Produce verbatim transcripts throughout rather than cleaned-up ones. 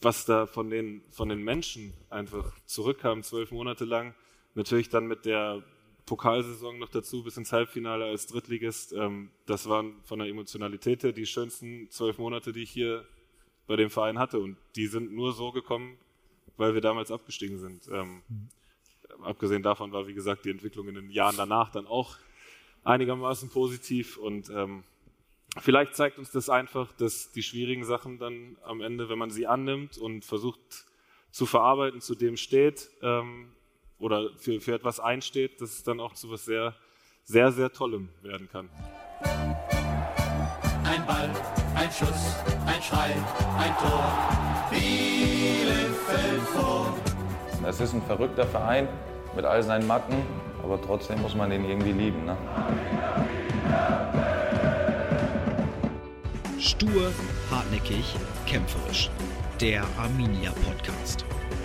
was da von den, von den Menschen einfach zurückkam, zwölf Monate lang. Natürlich dann mit der Pokalsaison noch dazu, bis ins Halbfinale als Drittligist. Ähm, das waren von der Emotionalität her die schönsten zwölf Monate, die ich hier bei dem Verein hatte. Und die sind nur so gekommen, weil wir damals abgestiegen sind. Ähm, mhm. Abgesehen davon war, wie gesagt, die Entwicklung in den Jahren danach dann auch einigermaßen positiv. Und ähm, vielleicht zeigt uns das einfach, dass die schwierigen Sachen dann am Ende, wenn man sie annimmt und versucht zu verarbeiten, zu dem steht, ähm, oder für, für etwas einsteht, dass es dann auch zu was sehr, sehr, sehr Tollem werden kann. Ein Ball, ein Schuss, ein Schrei, ein Tor, Bielefeld vor. Es ist ein verrückter Verein mit all seinen Macken, aber trotzdem muss man den irgendwie lieben, ne? Stur, hartnäckig, kämpferisch. Der Arminia Podcast.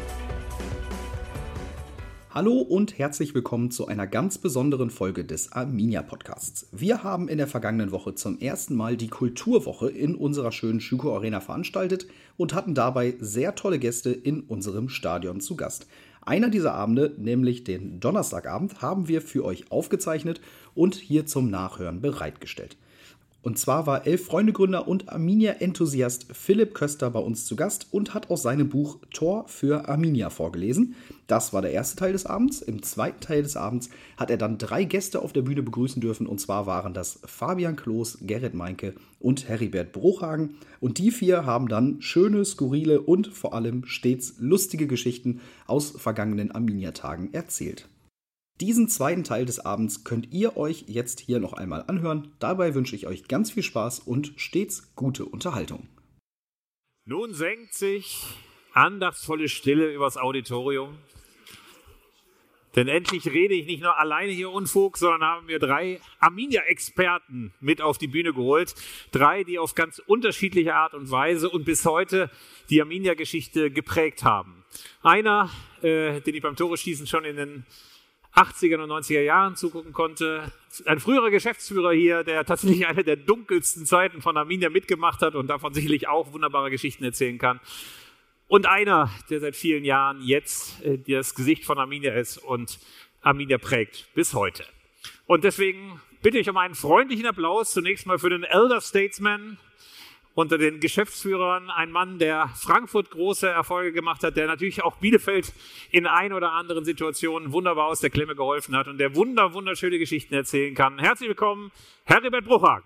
Hallo und herzlich willkommen zu einer ganz besonderen Folge des Arminia Podcasts. Wir haben in der vergangenen Woche zum ersten Mal die Kulturwoche in unserer schönen Schüko Arena veranstaltet und hatten dabei sehr tolle Gäste in unserem Stadion zu Gast. Einer dieser Abende, nämlich den Donnerstagabend, haben wir für euch aufgezeichnet und hier zum Nachhören bereitgestellt. Und zwar war Elf-Freunde-Gründer und Arminia-Enthusiast Philipp Köster bei uns zu Gast und hat aus seinem Buch Tor für Arminia vorgelesen. Das war der erste Teil des Abends. Im zweiten Teil des Abends hat er dann drei Gäste auf der Bühne begrüßen dürfen. Und zwar waren das Fabian Klos, Gerrit Meinke und Heribert Bruchhagen. Und die vier haben dann schöne, skurrile und vor allem stets lustige Geschichten aus vergangenen Arminia-Tagen erzählt. Diesen zweiten Teil des Abends könnt ihr euch jetzt hier noch einmal anhören. Dabei wünsche ich euch ganz viel Spaß und stets gute Unterhaltung. Nun senkt sich andachtsvolle Stille übers Auditorium. Denn endlich rede ich nicht nur alleine hier Unfug, sondern haben wir drei Arminia-Experten mit auf die Bühne geholt. Drei, die auf ganz unterschiedliche Art und Weise und bis heute die Arminia-Geschichte geprägt haben. Einer, äh, den ich beim Tore-Schießen schon in den achtziger und neunziger Jahren zugucken konnte. Ein früherer Geschäftsführer hier, der tatsächlich eine der dunkelsten Zeiten von Arminia mitgemacht hat und davon sicherlich auch wunderbare Geschichten erzählen kann. Und einer, der seit vielen Jahren jetzt äh, das Gesicht von Arminia ist und Arminia prägt bis heute. Und deswegen bitte ich um einen freundlichen Applaus zunächst mal für den Elder Statesman unter den Geschäftsführern, ein Mann, der Frankfurt große Erfolge gemacht hat, der natürlich auch Bielefeld in ein oder anderen Situationen wunderbar aus der Klemme geholfen hat und der wunder, wunderschöne Geschichten erzählen kann. Herzlich willkommen, Heribert Bruchhagen.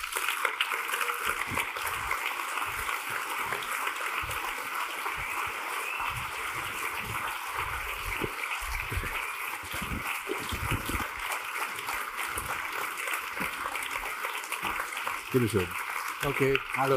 Bitte schön. Okay, hallo.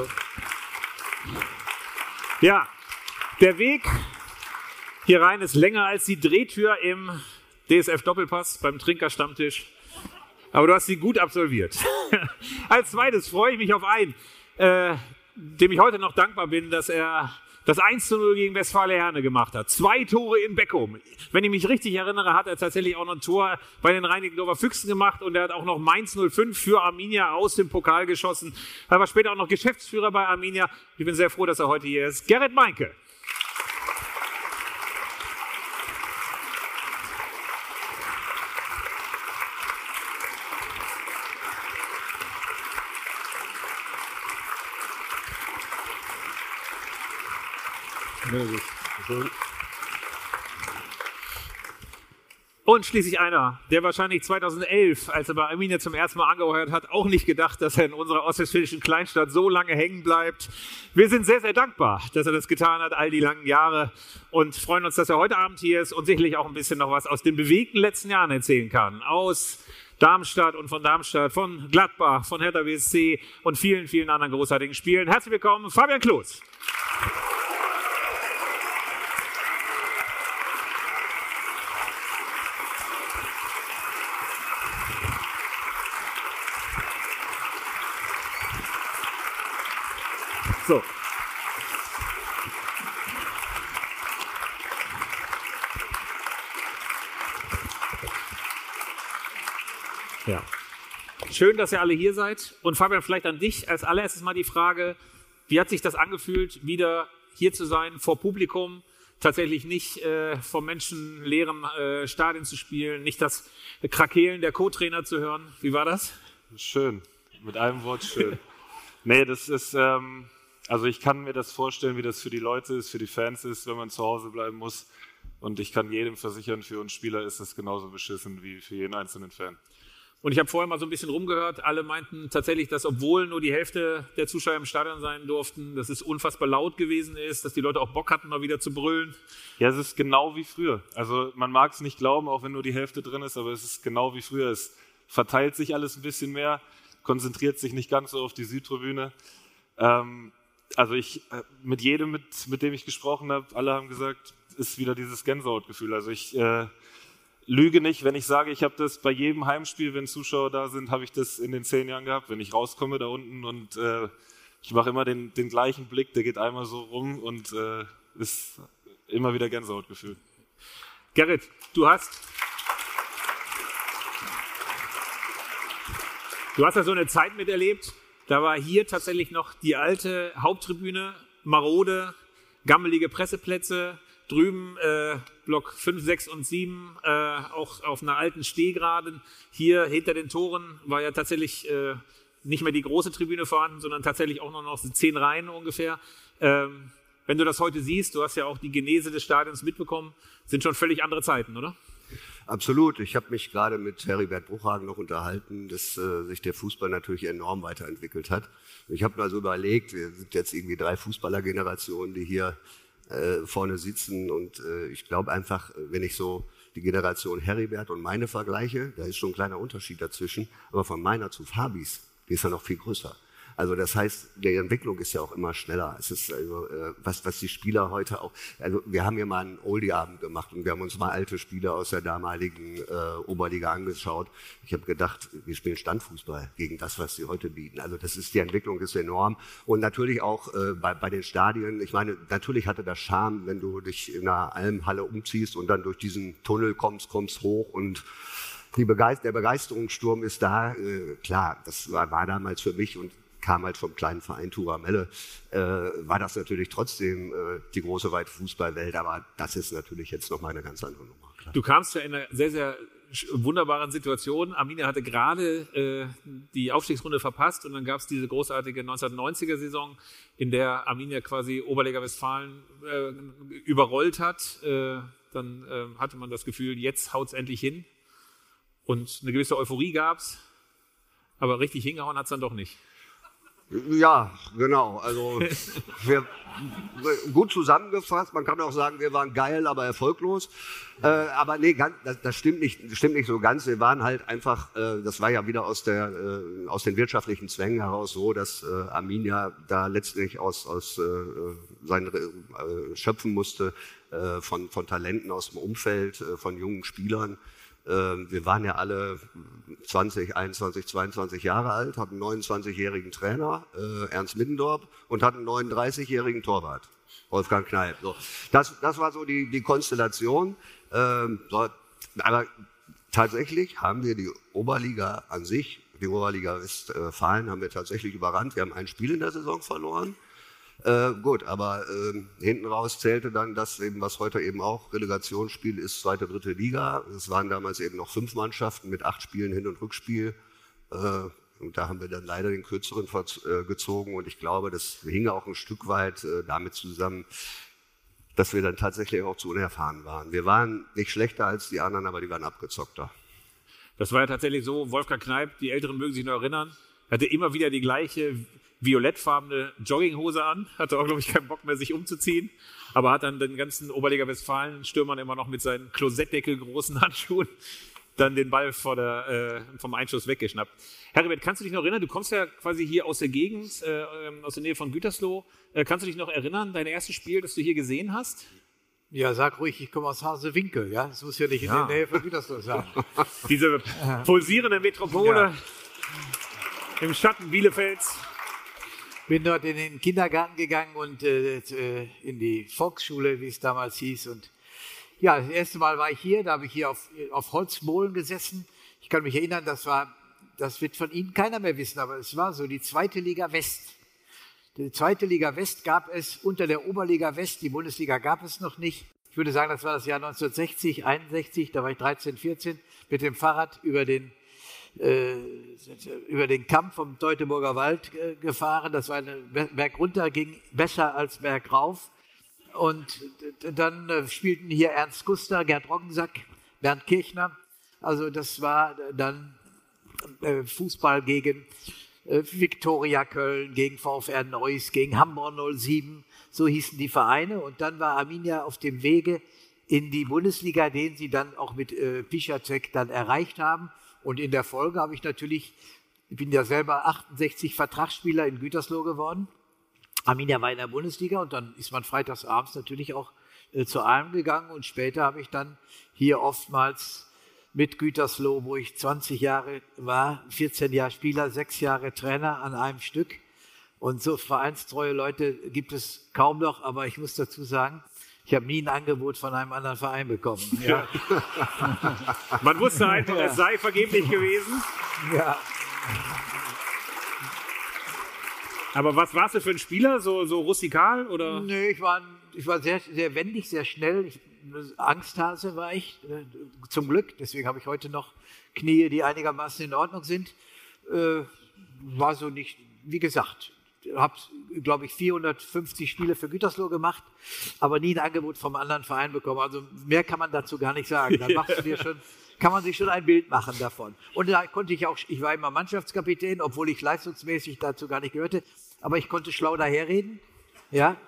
Ja, der Weg hier rein ist länger als die Drehtür im D S F-Doppelpass beim Trinkerstammtisch. Aber du hast ihn gut absolviert. Als zweites freue ich mich auf einen, äh, dem ich heute noch dankbar bin, dass er das eins zu null gegen Westfalia Herne gemacht hat. Zwei Tore in Beckum. Wenn ich mich richtig erinnere, hat er tatsächlich auch noch ein Tor bei den Reinickendorfer Füchsen gemacht und er hat auch noch Mainz null fünf für Arminia aus dem Pokal geschossen. Er war später auch noch Geschäftsführer bei Arminia. Ich bin sehr froh, dass er heute hier ist. Gerrit Meinke. Und schließlich einer, der wahrscheinlich zweitausendelf, als er bei Arminia zum ersten Mal angeheuert hat, auch nicht gedacht, dass er in unserer ostwestfälischen Kleinstadt so lange hängen bleibt. Wir sind sehr, sehr dankbar, dass er das getan hat, all die langen Jahre, und freuen uns, dass er heute Abend hier ist und sicherlich auch ein bisschen noch was aus den bewegten letzten Jahren erzählen kann. Aus Darmstadt und von Darmstadt, von Gladbach, von Hertha B S C und vielen, vielen anderen großartigen Spielen. Herzlich willkommen, Fabian Klos. So. Ja. Schön, dass ihr alle hier seid. Und Fabian, vielleicht an dich als allererstes mal die Frage, wie hat sich das angefühlt, wieder hier zu sein, vor Publikum, tatsächlich nicht äh, vor menschenleeren äh, Stadien zu spielen, nicht das Krakeelen der Co-Trainer zu hören. Wie war das? Schön, mit einem Wort schön. Nee, das ist, ähm, also ich kann mir das vorstellen, wie das für die Leute ist, für die Fans ist, wenn man zu Hause bleiben muss. Und ich kann jedem versichern, für uns Spieler ist es genauso beschissen wie für jeden einzelnen Fan. Und ich habe vorher mal so ein bisschen rumgehört, alle meinten tatsächlich, dass obwohl nur die Hälfte der Zuschauer im Stadion sein durften, dass es unfassbar laut gewesen ist, dass die Leute auch Bock hatten, mal wieder zu brüllen. Ja, es ist genau wie früher. Also man mag es nicht glauben, auch wenn nur die Hälfte drin ist, aber es ist genau wie früher. Es verteilt sich alles ein bisschen mehr, konzentriert sich nicht ganz so auf die Südtribüne. Ähm, also ich, mit jedem, mit, mit dem ich gesprochen habe, alle haben gesagt, ist wieder dieses Gänsehautgefühl. Also ich äh, lüge nicht, wenn ich sage, ich habe das bei jedem Heimspiel, wenn Zuschauer da sind, habe ich das in den zehn Jahren gehabt, wenn ich rauskomme da unten und äh, ich mache immer den, den gleichen Blick, der geht einmal so rum und äh, ist immer wieder Gänsehautgefühl. Gerrit, du hast, du hast ja so eine Zeit miterlebt, da war hier tatsächlich noch die alte Haupttribüne, marode, gammelige Presseplätze, drüben äh, Block fünf, sechs und sieben, äh, auch auf einer alten Stehgraden. Hier hinter den Toren war ja tatsächlich äh, nicht mehr die große Tribüne vorhanden, sondern tatsächlich auch nur noch zehn Reihen ungefähr. Ähm, wenn du das heute siehst, du hast ja auch die Genese des Stadions mitbekommen, sind schon völlig andere Zeiten, oder? Absolut. Ich habe mich gerade mit Heribert Bruchhagen noch unterhalten, dass äh, sich der Fußball natürlich enorm weiterentwickelt hat. Ich habe also überlegt, wir sind jetzt irgendwie drei Fußballergenerationen, die hier äh, vorne sitzen und äh, ich glaube einfach, wenn ich so die Generation Heribert und meine vergleiche, da ist schon ein kleiner Unterschied dazwischen, aber von meiner zu Fabis, die ist ja noch viel größer. Also das heißt, die Entwicklung ist ja auch immer schneller. Es ist also, äh, was, was die Spieler heute auch, also wir haben hier mal einen Oldie-Abend gemacht und wir haben uns mal alte Spieler aus der damaligen äh, Oberliga angeschaut. Ich habe gedacht, wir spielen Standfußball gegen das, was sie heute bieten. Also das ist, die Entwicklung ist enorm. Und natürlich auch äh, bei, bei den Stadien, ich meine, natürlich hatte das Charme, wenn du dich in einer Almhalle umziehst und dann durch diesen Tunnel kommst, kommst hoch und die Begeist- der Begeisterungssturm ist da. Äh, klar, das war, war damals für mich und kam halt vom kleinen Verein Turamelle, äh, war das natürlich trotzdem äh, die große weite Fußballwelt, aber das ist natürlich jetzt nochmal eine ganz andere Nummer. Klar. Du kamst ja in einer sehr, sehr wunderbaren Situation. Arminia hatte gerade äh, die Aufstiegsrunde verpasst und dann gab es diese großartige neunzehnhundertneunziger-Saison, in der Arminia quasi Oberliga Westfalen äh, überrollt hat. Äh, dann äh, hatte man das Gefühl, jetzt haut's endlich hin und eine gewisse Euphorie gab's, aber richtig hingehauen hat's dann doch nicht. Ja, genau. Also wir, gut zusammengefasst. Man kann auch sagen, wir waren geil, aber erfolglos. Äh, aber nee, ganz, das, das stimmt nicht, stimmt nicht so ganz. Wir waren halt einfach, äh, das war ja wieder aus der äh, aus den wirtschaftlichen Zwängen heraus so, dass äh, Arminia da letztlich aus aus äh, seinen äh, schöpfen musste äh, von von Talenten aus dem Umfeld, äh, von jungen Spielern. Wir waren ja alle zwanzig, einundzwanzig, zweiundzwanzig Jahre alt, hatten einen neunundzwanzigjährigen Trainer, äh, Ernst Middendorp, und hatten einen neununddreißigjährigen Torwart, Wolfgang Kneip. So, das, das war so die, die Konstellation. Ähm, so, aber tatsächlich haben wir die Oberliga an sich, die Oberliga Westfalen, haben wir tatsächlich überrannt. Wir haben ein Spiel in der Saison verloren. Äh, gut, aber äh, hinten raus zählte dann das eben, was heute eben auch Relegationsspiel ist, zweite, dritte Liga. Es waren damals eben noch fünf Mannschaften mit acht Spielen Hin- und Rückspiel. Äh, und da haben wir dann leider den kürzeren äh, gezogen. Und ich glaube, das hing auch ein Stück weit äh, damit zusammen, dass wir dann tatsächlich auch zu unerfahren waren. Wir waren nicht schlechter als die anderen, aber die waren abgezockter. Das war ja tatsächlich so, Wolfgang Kneip, die Älteren mögen sich noch erinnern, hatte immer wieder die gleiche violettfarbene Jogginghose an, hatte auch, glaube ich, keinen Bock mehr, sich umzuziehen, aber hat dann den ganzen Oberliga Westfalen-Stürmern immer noch mit seinen Klosettdeckel großen Handschuhen dann den Ball vor der, äh, vom Einschuss weggeschnappt. Heribert, kannst du dich noch erinnern, du kommst ja quasi hier aus der Gegend, äh, aus der Nähe von Gütersloh, äh, kannst du dich noch erinnern, dein erstes Spiel, das du hier gesehen hast? Ja, sag ruhig, ich komme aus Hasewinkel, ja, das muss ja nicht in ja. der Nähe von Gütersloh sein. Diese pulsierende Metropole ja. im Schatten Bielefelds. Bin dort in den Kindergarten gegangen und äh, in die Volksschule, wie es damals hieß. Und ja, das erste Mal war ich hier, da habe ich hier auf, auf Holzmolen gesessen. Ich kann mich erinnern, das war, das wird von Ihnen keiner mehr wissen, aber es war so die zweite Liga West. Die zweite Liga West gab es unter der Oberliga West, die Bundesliga gab es noch nicht. Ich würde sagen, das war das Jahr neunzehnhundertsechzig, einundsechzig, da war ich dreizehn, vierzehn, mit dem Fahrrad über den, äh, über den Kamm vom Teutoburger Wald äh, gefahren. Das war eine Berg runter, ging besser als Berg rauf. Und dann äh, spielten hier Ernst Guster, Gerd Roggensack, Bernd Kirchner. Also das war dann äh, Fußball gegen äh, Viktoria Köln, gegen VfR Neuss, gegen Hamburg null sieben. So hießen die Vereine. Und dann war Arminia auf dem Wege in die Bundesliga, den sie dann auch mit äh, Piszczek dann erreicht haben. Und in der Folge habe ich natürlich, ich bin ja selber achtundsechzig Vertragsspieler in Gütersloh geworden. Arminia war in der Bundesliga und dann ist man freitags abends natürlich auch äh, zur Alm gegangen. Und später habe ich dann hier oftmals mit Gütersloh, wo ich zwanzig Jahre war, vierzehn Jahre Spieler, sechs Jahre Trainer an einem Stück. Und so vereinstreue Leute gibt es kaum noch, aber ich muss dazu sagen, ich habe nie ein Angebot von einem anderen Verein bekommen. Ja. Man wusste einfach, ja. Es sei vergeblich gewesen. Ja. Aber was warst du für ein Spieler? So, so rustikal? Oder? Nee, ich war, ich war sehr, sehr wendig, sehr schnell. Ich, Angsthase war ich, äh, zum Glück. Deswegen habe ich heute noch Knie, die einigermaßen in Ordnung sind. Äh, war so nicht, wie gesagt, habe, glaube ich, vierhundertfünfzig Spiele für Gütersloh gemacht, aber nie ein Angebot vom anderen Verein bekommen. Also mehr kann man dazu gar nicht sagen. Dann machst du dir schon, kann man sich schon ein Bild machen davon. Und da konnte ich auch, ich war immer Mannschaftskapitän, obwohl ich leistungsmäßig dazu gar nicht gehörte, aber ich konnte schlau daherreden. Ja.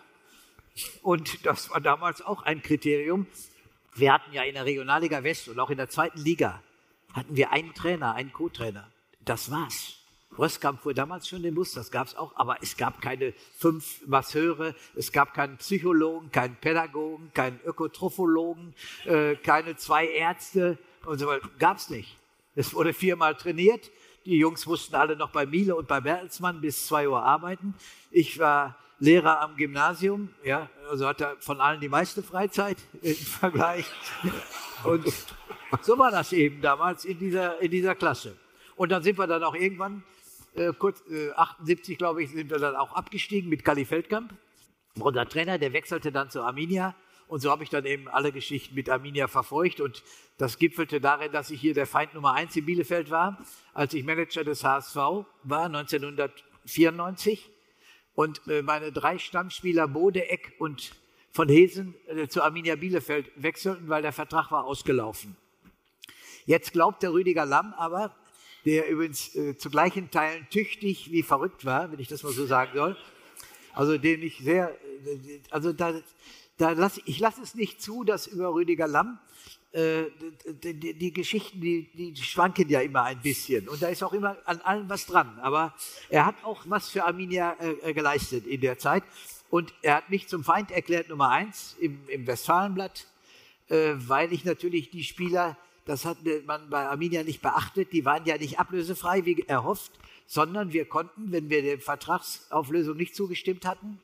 Und das war damals auch ein Kriterium. Wir hatten ja in der Regionalliga West und auch in der zweiten Liga hatten wir einen Trainer, einen Co-Trainer. Das war's. Röskamp fuhr damals schon den Bus, das gab es auch, aber es gab keine fünf Masseure, es gab keinen Psychologen, keinen Pädagogen, keinen Ökotrophologen, äh, keine zwei Ärzte und so weiter. Gab es nicht. Es wurde viermal trainiert. Die Jungs mussten alle noch bei Miele und bei Bertelsmann bis zwei Uhr arbeiten. Ich war Lehrer am Gymnasium, ja, also hatte von allen die meiste Freizeit im Vergleich. Und so war das eben damals in dieser, in dieser Klasse. Und dann sind wir dann auch irgendwann, äh, kurz äh, achtundsiebzig, glaube ich, sind wir dann auch abgestiegen mit Kalli Feldkamp. Unser Trainer, der wechselte dann zu Arminia. Und so habe ich dann eben alle Geschichten mit Arminia verfolgt. Und das gipfelte darin, dass ich hier der Feind Nummer eins in Bielefeld war, als ich Manager des H S V war, neunzehnhundertvierundneunzig. Und äh, meine drei Stammspieler Bode, Eck und von Hesen äh, zu Arminia Bielefeld wechselten, weil der Vertrag war ausgelaufen. Jetzt glaubt der Rüdiger Lamm aber, der übrigens äh, zu gleichen Teilen tüchtig wie verrückt war, wenn ich das mal so sagen soll. Also den ich sehr, äh, also da, da lass, ich lasse es nicht zu, dass über Rüdiger Lamm äh, die, die, die Geschichten, die, die schwanken ja immer ein bisschen. Und da ist auch immer an allem was dran. Aber er hat auch was für Arminia äh, geleistet in der Zeit. Und er hat mich zum Feind erklärt Nummer eins im, im Westfalenblatt, äh, weil ich natürlich die Spieler, das hat man bei Arminia nicht beachtet, die waren ja nicht ablösefrei, wie erhofft, sondern wir konnten, wenn wir der Vertragsauflösung nicht zugestimmt hatten,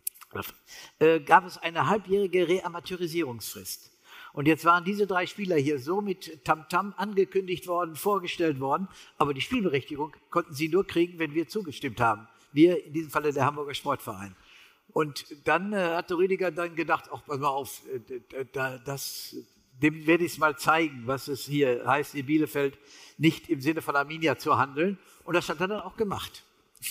äh, gab es eine halbjährige Reamateurisierungsfrist. Und jetzt waren diese drei Spieler hier so mit Tamtam angekündigt worden, vorgestellt worden, aber die Spielberechtigung konnten sie nur kriegen, wenn wir zugestimmt haben. Wir, in diesem Falle der Hamburger Sportverein. Und dann äh, hatte Rüdiger dann gedacht, ach, pass mal auf, äh, da, das, dem werde ich es mal zeigen, was es hier heißt, in Bielefeld nicht im Sinne von Arminia zu handeln. Und das hat er dann auch gemacht.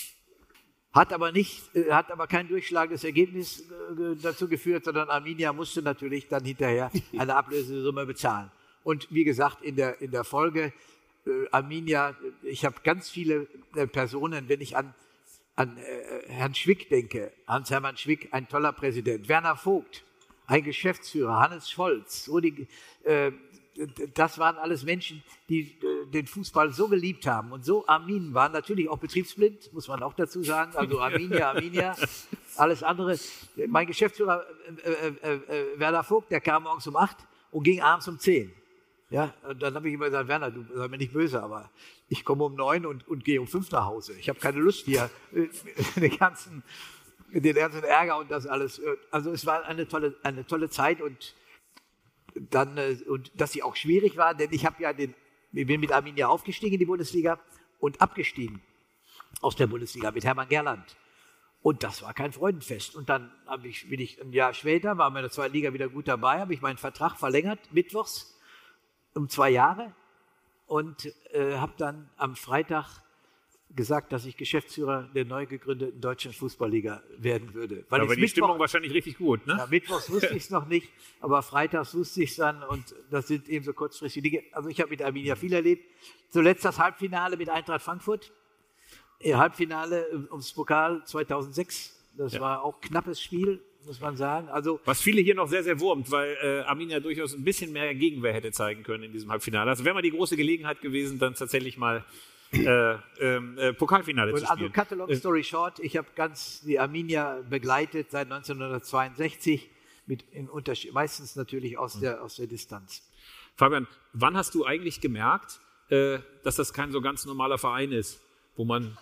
Hat aber nicht, äh, hat aber kein durchschlagendes Ergebnis äh, dazu geführt, sondern Arminia musste natürlich dann hinterher eine Ablösesumme bezahlen. Und wie gesagt, in der, in der Folge, äh, Arminia, ich habe ganz viele äh, Personen, wenn ich an an äh, Herrn Schwick denke, Hans-Hermann Schwick, ein toller Präsident, Werner Vogt, ein Geschäftsführer, Hannes Scholz, so die, äh, das waren alles Menschen, die äh, den Fußball so geliebt haben und so Armin waren, natürlich auch betriebsblind, muss man auch dazu sagen, also Arminia, Arminia, alles andere. Mein Geschäftsführer äh, äh, äh, Werner Vogt, der kam morgens um acht und ging abends um zehn. Ja, und dann habe ich immer gesagt, Werner, du sei mir nicht böse, aber ich komme um neun und, und gehe um fünf nach Hause. Ich habe keine Lust hier, den ganzen, den ganzen Ärger und das alles. Also es war eine tolle, eine tolle Zeit und dann, und dass sie auch schwierig war, denn ich habe ja den, ich bin mit Arminia aufgestiegen in die Bundesliga und abgestiegen aus der Bundesliga mit Hermann Gerland. Und das war kein Freudenfest. Und dann habe ich, bin ich ein Jahr später, war in der zweiten Liga wieder gut dabei, habe ich meinen Vertrag verlängert, mittwochs, um zwei Jahre. Und äh, habe dann am Freitag gesagt, dass ich Geschäftsführer der neu gegründeten Deutschen Fußballliga werden würde. Weil da war die Mittwoch, Stimmung wahrscheinlich richtig gut, ne? Ja, mittwochs wusste ich es noch nicht, aber freitags wusste ich es dann und das sind eben so kurzfristige Dinge. Also ich habe mit Arminia viel erlebt. Zuletzt das Halbfinale mit Eintracht Frankfurt. Ihr Halbfinale ums Pokal zweitausendsechs. Das ja. war auch ein knappes Spiel, muss man sagen. Also was viele hier noch sehr, sehr wurmt, weil äh, Arminia durchaus ein bisschen mehr Gegenwehr hätte zeigen können in diesem Halbfinale. Also wäre mal die große Gelegenheit gewesen, dann tatsächlich mal Äh, äh, Pokalfinale und zu spielen. Also cut a long story short, ich habe ganz die Arminia begleitet seit neunzehnhundertzweiundsechzig, mit in Unterschied, meistens natürlich aus der, aus der Distanz. Fabian, wann hast du eigentlich gemerkt, äh, dass das kein so ganz normaler Verein ist, wo man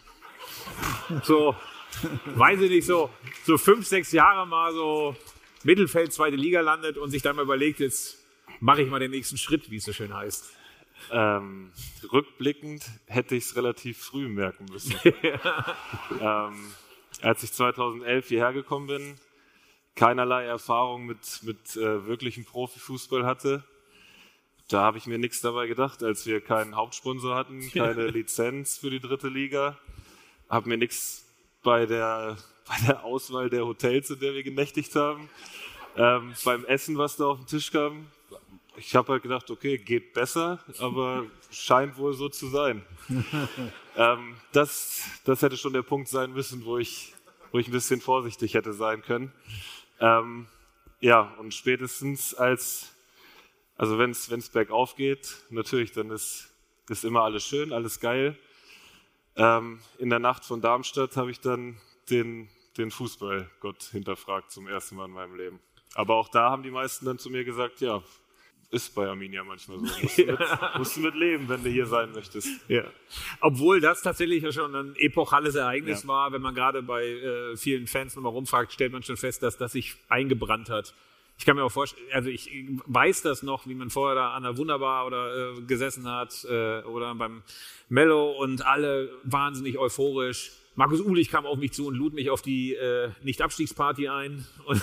so, weiß ich nicht, so, so fünf, sechs Jahre mal so Mittelfeld, zweite Liga landet und sich dann mal überlegt, jetzt mache ich mal den nächsten Schritt, wie es so schön heißt? Ähm, rückblickend hätte ich es relativ früh merken müssen. ähm, als ich zweitausendelf hierher gekommen bin, keinerlei Erfahrung mit, mit äh, wirklichem Profifußball hatte, da habe ich mir nichts dabei gedacht, als wir keinen Hauptsponsor hatten, keine Lizenz für die dritte Liga, habe mir nichts bei der, bei der Auswahl der Hotels, in der wir genächtigt haben, ähm, beim Essen, was da auf den Tisch kam. Ich habe halt gedacht, okay, geht besser, aber scheint wohl so zu sein. ähm, das, das hätte schon der Punkt sein müssen, wo ich, wo ich ein bisschen vorsichtig hätte sein können. Ähm, ja, und spätestens als, also wenn es bergauf geht, natürlich, dann ist, ist immer alles schön, alles geil. Ähm, in der Nacht von Darmstadt habe ich dann den, den Fußballgott hinterfragt zum ersten Mal in meinem Leben. Aber auch da haben die meisten dann zu mir gesagt, ja, ist bei Arminia manchmal so. Musst du, mit, musst du mit leben, wenn du hier sein möchtest. Ja. Obwohl das tatsächlich ja schon ein epochales Ereignis ja. war, wenn man gerade bei äh, vielen Fans nochmal rumfragt, stellt man schon fest, dass das sich eingebrannt hat. Ich kann mir auch vorstellen, also ich weiß das noch, wie man vorher da an der Wunderbar oder äh, gesessen hat äh, oder beim Mello und alle wahnsinnig euphorisch. Markus Uhlich kam auf mich zu und lud mich auf die äh, Nicht-Abstiegsparty ein. Und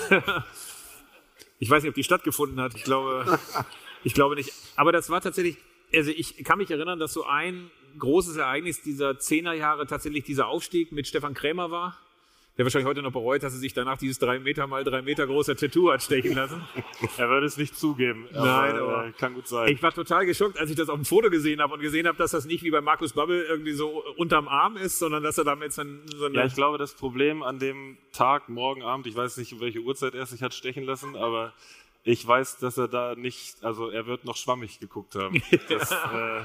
ich weiß nicht, ob die stattgefunden hat. Ich glaube, ich glaube nicht. Aber das war tatsächlich, also ich kann mich erinnern, dass so ein großes Ereignis dieser Zehnerjahre tatsächlich dieser Aufstieg mit Stefan Krämer war, der wahrscheinlich heute noch bereut, dass er sich danach dieses drei Meter mal drei Meter große Tattoo hat stechen lassen. Er würde es nicht zugeben. Nein, aber, aber äh, kann gut sein. Ich war total geschockt, als ich das auf dem Foto gesehen habe und gesehen habe, dass das nicht wie bei Markus Babbel irgendwie so unterm Arm ist, sondern dass er damit so eine... Ja, ich glaube, das Problem an dem Tag, morgen Abend, ich weiß nicht, um welche Uhrzeit er sich hat stechen lassen, aber ich weiß, dass er da nicht, also er wird noch schwammig geguckt haben. Das, äh,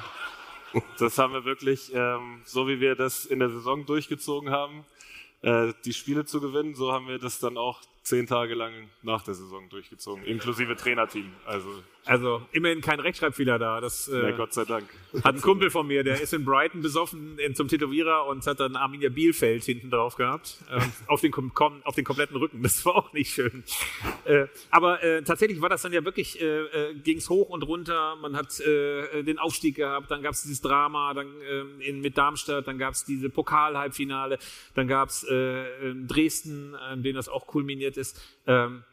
das haben wir wirklich, ähm, so wie wir das in der Saison durchgezogen haben, äh, die Spiele zu gewinnen, so haben wir das dann auch zehn Tage lang nach der Saison durchgezogen, inklusive Trainerteam. Also, also immerhin kein Rechtschreibfehler da. Das äh, ja, Gott sei Dank. Hat ein Kumpel von mir, der ist in Brighton besoffen in, zum Tätowierer und hat dann Arminia Bielefeld hinten drauf gehabt, äh, auf, den, auf den kompletten Rücken. Das war auch nicht schön. Äh, aber äh, tatsächlich war das dann ja wirklich, äh, äh, ging es hoch und runter. Man hat äh, den Aufstieg gehabt, dann gab es dieses Drama dann, äh, in, mit Darmstadt, dann gab es diese Pokal-Halbfinale, dann gab es äh, Dresden, an denen das auch kulminiert ist. Ähm,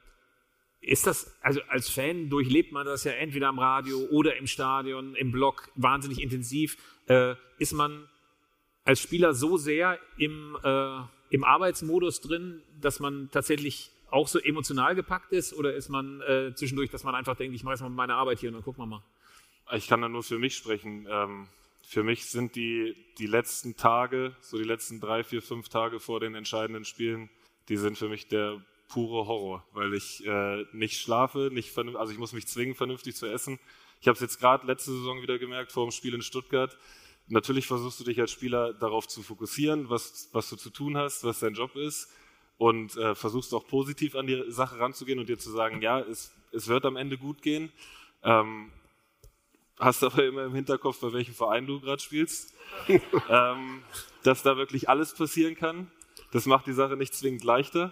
ist das, also als Fan durchlebt man das ja entweder am Radio oder im Stadion, im Blog wahnsinnig intensiv. Äh, ist man als Spieler so sehr im, äh, im Arbeitsmodus drin, dass man tatsächlich auch so emotional gepackt ist, oder ist man äh, zwischendurch, dass man einfach denkt, ich mache jetzt mal meine Arbeit hier und dann gucken wir mal? Ich kann da nur für mich sprechen. Ähm, für mich sind die, die letzten Tage, so die letzten drei, vier, fünf Tage vor den entscheidenden Spielen, die sind für mich der pure Horror, weil ich äh, nicht schlafe, nicht also ich muss mich zwingen, vernünftig zu essen. Ich habe es jetzt gerade letzte Saison wieder gemerkt, vor dem Spiel in Stuttgart. Natürlich versuchst du dich als Spieler darauf zu fokussieren, was, was du zu tun hast, was dein Job ist, und äh, versuchst auch positiv an die Sache ranzugehen und dir zu sagen, ja, es, es wird am Ende gut gehen. Ähm, hast aber immer im Hinterkopf, bei welchem Verein du gerade spielst, ähm, dass da wirklich alles passieren kann. Das macht die Sache nicht zwingend leichter.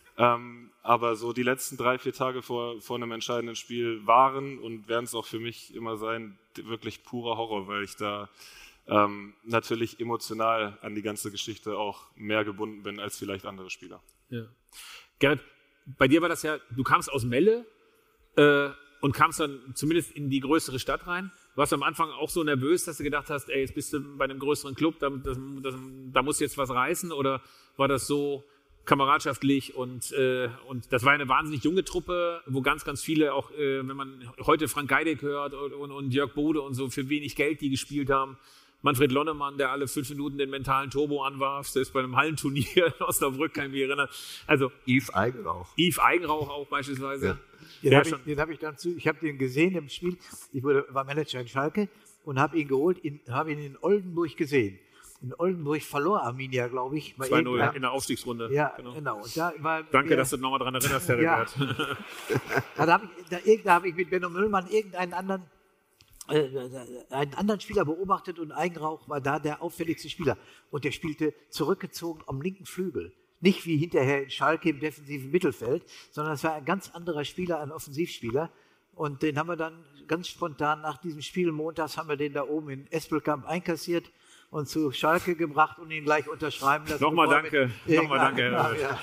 Ähm, aber so die letzten drei, vier Tage vor, vor einem entscheidenden Spiel waren und werden es auch für mich immer sein, wirklich purer Horror, weil ich da ähm, natürlich emotional an die ganze Geschichte auch mehr gebunden bin als vielleicht andere Spieler. Ja. Gerrit, bei dir war das ja, du kamst aus Melle äh, und kamst dann zumindest in die größere Stadt rein. Warst du am Anfang auch so nervös, dass du gedacht hast, ey, jetzt bist du bei einem größeren Club, da, das, das, da muss jetzt was reißen? Oder war das so kameradschaftlich und, äh, und das war eine wahnsinnig junge Truppe, wo ganz, ganz viele auch, äh, wenn man heute Frank Geideck hört und, und, und Jörg Bode und so, für wenig Geld die gespielt haben. Manfred Lonnemann, der alle fünf Minuten den mentalen Turbo anwarf, der ist bei einem Hallenturnier in Osnabrück, kann ich mich erinnern. Also Yves Eigenrauch. Yves Eigenrauch auch beispielsweise. Ja. Den Ja, habe ich, schon. den hab ich dann zu, ich habe den gesehen im Spiel, ich wurde, war Manager in Schalke und habe ihn geholt, habe ihn in Oldenburg gesehen. In Oldenburg verlor Arminia, glaube ich. bei zwei null irgendeinem- in der Aufstiegsrunde. Ja, genau. genau. Und da war, Danke, ja, dass du dich nochmal dran erinnerst, Herr Ja. Regert. Da habe ich, da, irgend- da hab ich mit Benno Müllmann irgendeinen anderen, äh, einen anderen Spieler beobachtet und Eigenrauch war da der auffälligste Spieler. Und der spielte zurückgezogen am linken Flügel. Nicht wie hinterher in Schalke im defensiven Mittelfeld, sondern es war ein ganz anderer Spieler, ein Offensivspieler. Und den haben wir dann ganz spontan nach diesem Spiel montags haben wir den da oben in Espelkamp einkassiert und zu Schalke gebracht und ihn gleich unterschreiben lassen. Nochmal bevor danke, mit- nochmal danke, Herr Ja, Regert. ja.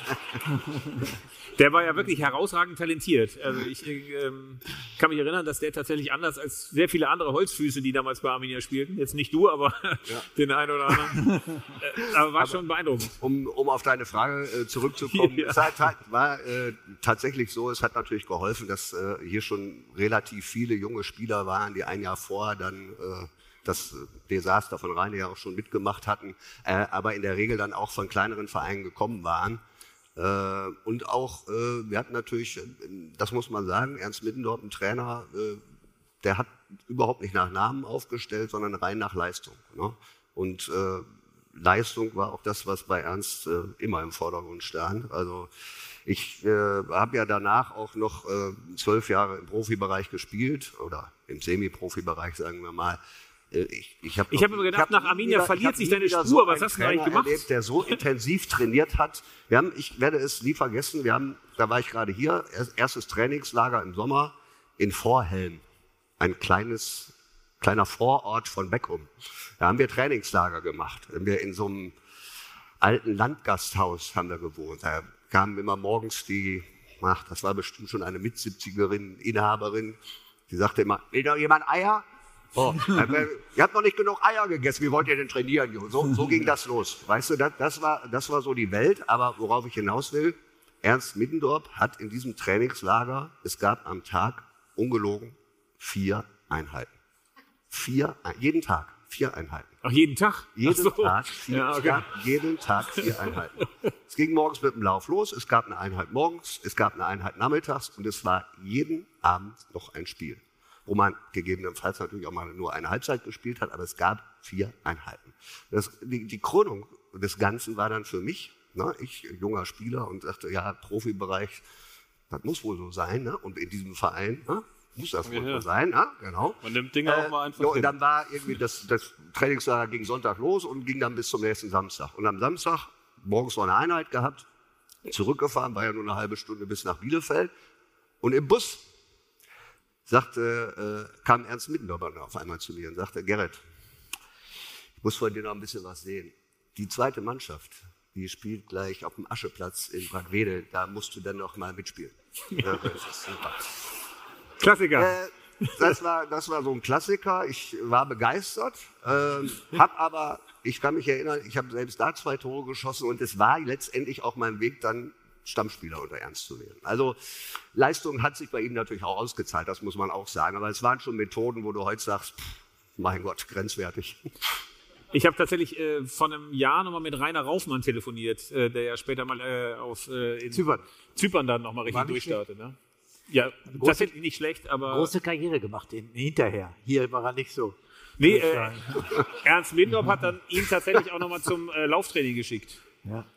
Der war ja wirklich herausragend talentiert. Also ich ähm, kann mich erinnern, dass der tatsächlich anders als sehr viele andere Holzfüße, die damals bei Arminia spielten, jetzt nicht du, aber den einen oder anderen, äh, aber war aber schon beeindruckend. Um, um auf deine Frage äh, zurückzukommen, Ja. es hat, hat, war äh, tatsächlich so, es hat natürlich geholfen, dass äh, hier schon relativ viele junge Spieler waren, die ein Jahr vorher dann äh, das Desaster von Rheine ja auch schon mitgemacht hatten, äh, aber in der Regel dann auch von kleineren Vereinen gekommen waren. Äh, und auch, äh, wir hatten natürlich, äh, das muss man sagen, Ernst Middendorf, ein Trainer, äh, der hat überhaupt nicht nach Namen aufgestellt, sondern rein nach Leistung. Ne? Und äh, Leistung war auch das, was bei Ernst äh, immer im Vordergrund stand. Also ich äh, habe ja danach auch noch äh, zwölf Jahre im Profibereich gespielt oder im Semi-Profibereich, sagen wir mal. Ich, ich habe Ich hab immer gedacht, nach nie Arminia wieder- verliert ich sich hab nie deine wieder Spur. so Was einen hast du denn eigentlich Trainer gemacht? Erlebt, der so intensiv trainiert hat. Wir haben, ich werde es nie vergessen, wir haben, da war ich gerade hier, erstes Trainingslager im Sommer in Vorhelm. Ein kleines, kleiner Vorort von Beckum. Da haben wir Trainingslager gemacht. Haben wir in so einem alten Landgasthaus haben wir gewohnt. Da kamen immer morgens die, ach, das war bestimmt schon eine Mitsiebzigerin, Inhaberin, die sagte immer, will noch jemand Eier? Oh, ihr habt noch nicht genug Eier gegessen, wie wollt ihr denn trainieren? So, so ging das los. Weißt du, das, das, war, das war so die Welt, aber worauf ich hinaus will, Ernst Middendorf hat in diesem Trainingslager, es gab am Tag, ungelogen, vier Einheiten. Vier, jeden Tag, vier Einheiten. Ach, jeden Tag? Jeden Ach so. Tag, vier, Ja, okay. es gab jeden Tag vier Einheiten. Es ging morgens mit dem Lauf los, es gab eine Einheit morgens, es gab eine Einheit nachmittags und es war jeden Abend noch ein Spiel, wo man gegebenenfalls natürlich auch mal nur eine Halbzeit gespielt hat, aber es gab vier Einheiten. Das, die, die Krönung des Ganzen war dann für mich, ne, ich junger Spieler und dachte, ja, Profibereich, das muss wohl so sein, ne? Und in diesem Verein ne, muss das wohl Ja. so sein, ne? Genau. Man nimmt Dinge auch mal einfach so, und hin. dann war irgendwie das, das Trainingslager ging Sonntag los und ging dann bis zum nächsten Samstag. Und am Samstag morgens noch eine Einheit gehabt, zurückgefahren, war ja nur eine halbe Stunde bis nach Bielefeld. Und im Bus sagte, äh, kam Ernst Middendorf auf einmal zu mir und sagte, Gerrit, ich muss von dir noch ein bisschen was sehen. Die zweite Mannschaft, die spielt gleich auf dem Ascheplatz in Bragwedel, da musst du dann noch mal mitspielen. Ja, das ist super. Klassiker. Äh, das, war, das war so ein Klassiker. Ich war begeistert, ähm, hab aber, ich kann mich erinnern, ich habe selbst da zwei Tore geschossen und es war letztendlich auch mein Weg, dann Stammspieler unter Ernst zu werden. Also Leistung hat sich bei ihm natürlich auch ausgezahlt, das muss man auch sagen. Aber es waren schon Methoden, wo du heute sagst, pff, mein Gott, grenzwertig. Ich habe tatsächlich äh, vor einem Jahr nochmal mit Rainer Raufmann telefoniert, äh, der ja später mal äh, auf äh, in Zypern. Zypern dann nochmal richtig War nicht durchstartet. Ne? Ja, tatsächlich nicht schlecht, aber Große Karriere gemacht in, hinterher. Hier war er nicht so. nee, äh, Ernst Middendorf hat dann ihn tatsächlich auch nochmal zum äh, Lauftraining geschickt. Ja.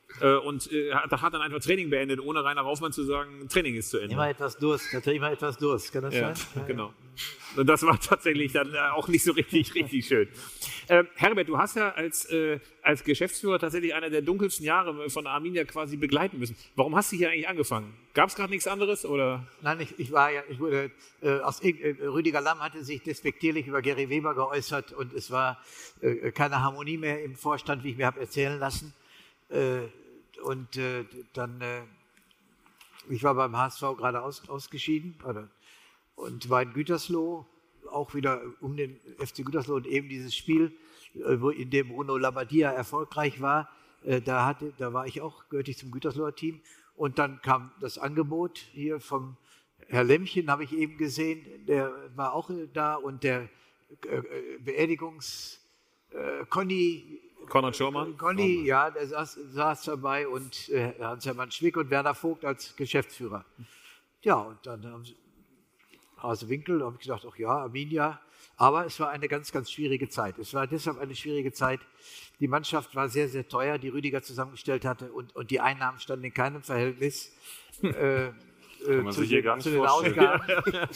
äh, und äh, hat, hat dann einfach Training beendet, ohne Rainer Raufmann zu sagen, Training ist zu Ende. Immer etwas Durst, natürlich immer etwas Durst, kann das Ja, sein? genau. Und das war tatsächlich dann äh, auch nicht so richtig, richtig schön. Ähm, Herbert, du hast ja als, äh, als Geschäftsführer tatsächlich einer der dunkelsten Jahre von Arminia quasi begleiten müssen. Warum hast du hier eigentlich angefangen? Gab es gerade nichts anderes? Oder? Nein, ich, ich war ja, ich wurde, äh, aus, äh, Rüdiger Lamm hatte sich despektierlich über Gary Weber geäußert und es war äh, keine Harmonie mehr im Vorstand, wie ich mir habe erzählen lassen. Äh, und äh, dann, äh, ich war beim H S V gerade aus, ausgeschieden oder, und war in Gütersloh, auch wieder um den F C Gütersloh und eben dieses Spiel, äh, wo, in dem Bruno Labbadia erfolgreich war, äh, da, hatte, da war ich auch, gehörte ich zum Gütersloher Team. Und dann kam das Angebot hier vom Herr Lämmchen, habe ich eben gesehen, der war auch da und der äh, Beerdigungs äh, Conny, Konrad Schormann? Conny, ja, der saß, saß dabei und äh, Hans-Hermann Schwick und Werner Vogt als Geschäftsführer. Ja, und dann haben sie Hase Winkel, da habe ich gedacht, ach ja, Arminia. Aber es war eine ganz, ganz schwierige Zeit. Es war deshalb eine schwierige Zeit. Die Mannschaft war sehr, sehr teuer, die Rüdiger zusammengestellt hatte und, und die Einnahmen standen in keinem Verhältnis äh, äh, man zu, sich hier den, gar nicht zu den vorstellen. Ausgaben.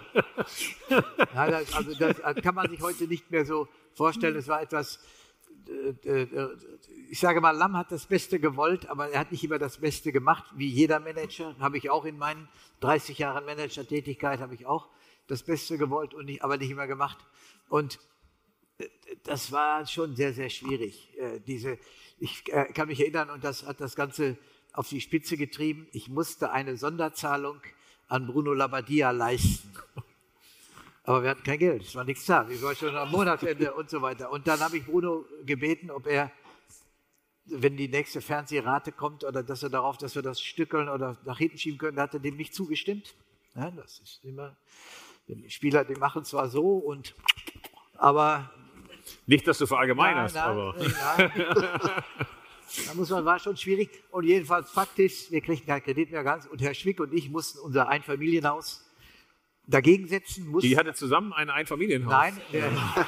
Ja, das, also das kann man sich heute nicht mehr so vorstellen. Es war etwas, äh, äh, ich sage mal, Lamm hat das Beste gewollt, aber er hat nicht immer das Beste gemacht, wie jeder Manager. Habe ich auch in meinen dreißig Jahren Manager-Tätigkeit, habe ich auch das Beste gewollt, und nicht, aber nicht immer gemacht. Und das war schon sehr, sehr schwierig. Äh, diese, ich äh, kann mich erinnern, und das hat das Ganze auf die Spitze getrieben, ich musste eine Sonderzahlung an Bruno Labbadia leisten. Aber wir hatten kein Geld, es war nichts da. Wir waren schon am Monatsende und so weiter. Und dann habe ich Bruno gebeten, ob er, wenn die nächste Fernsehrate kommt, oder dass er darauf, dass wir das stückeln oder nach hinten schieben können, da hat er dem nicht zugestimmt. Ja, das ist immer, die Spieler, die machen zwar so, und aber Nicht, dass du verallgemeinerst, nein, nein, aber. Nein. Da muss man, war schon schwierig. Und jedenfalls Fakt ist, wir kriegten keinen Kredit mehr ganz. Und Herr Schwick und ich mussten unser Einfamilienhaus dagegen setzen. Mussten, Die hatte zusammen ein Einfamilienhaus. Nein. Der,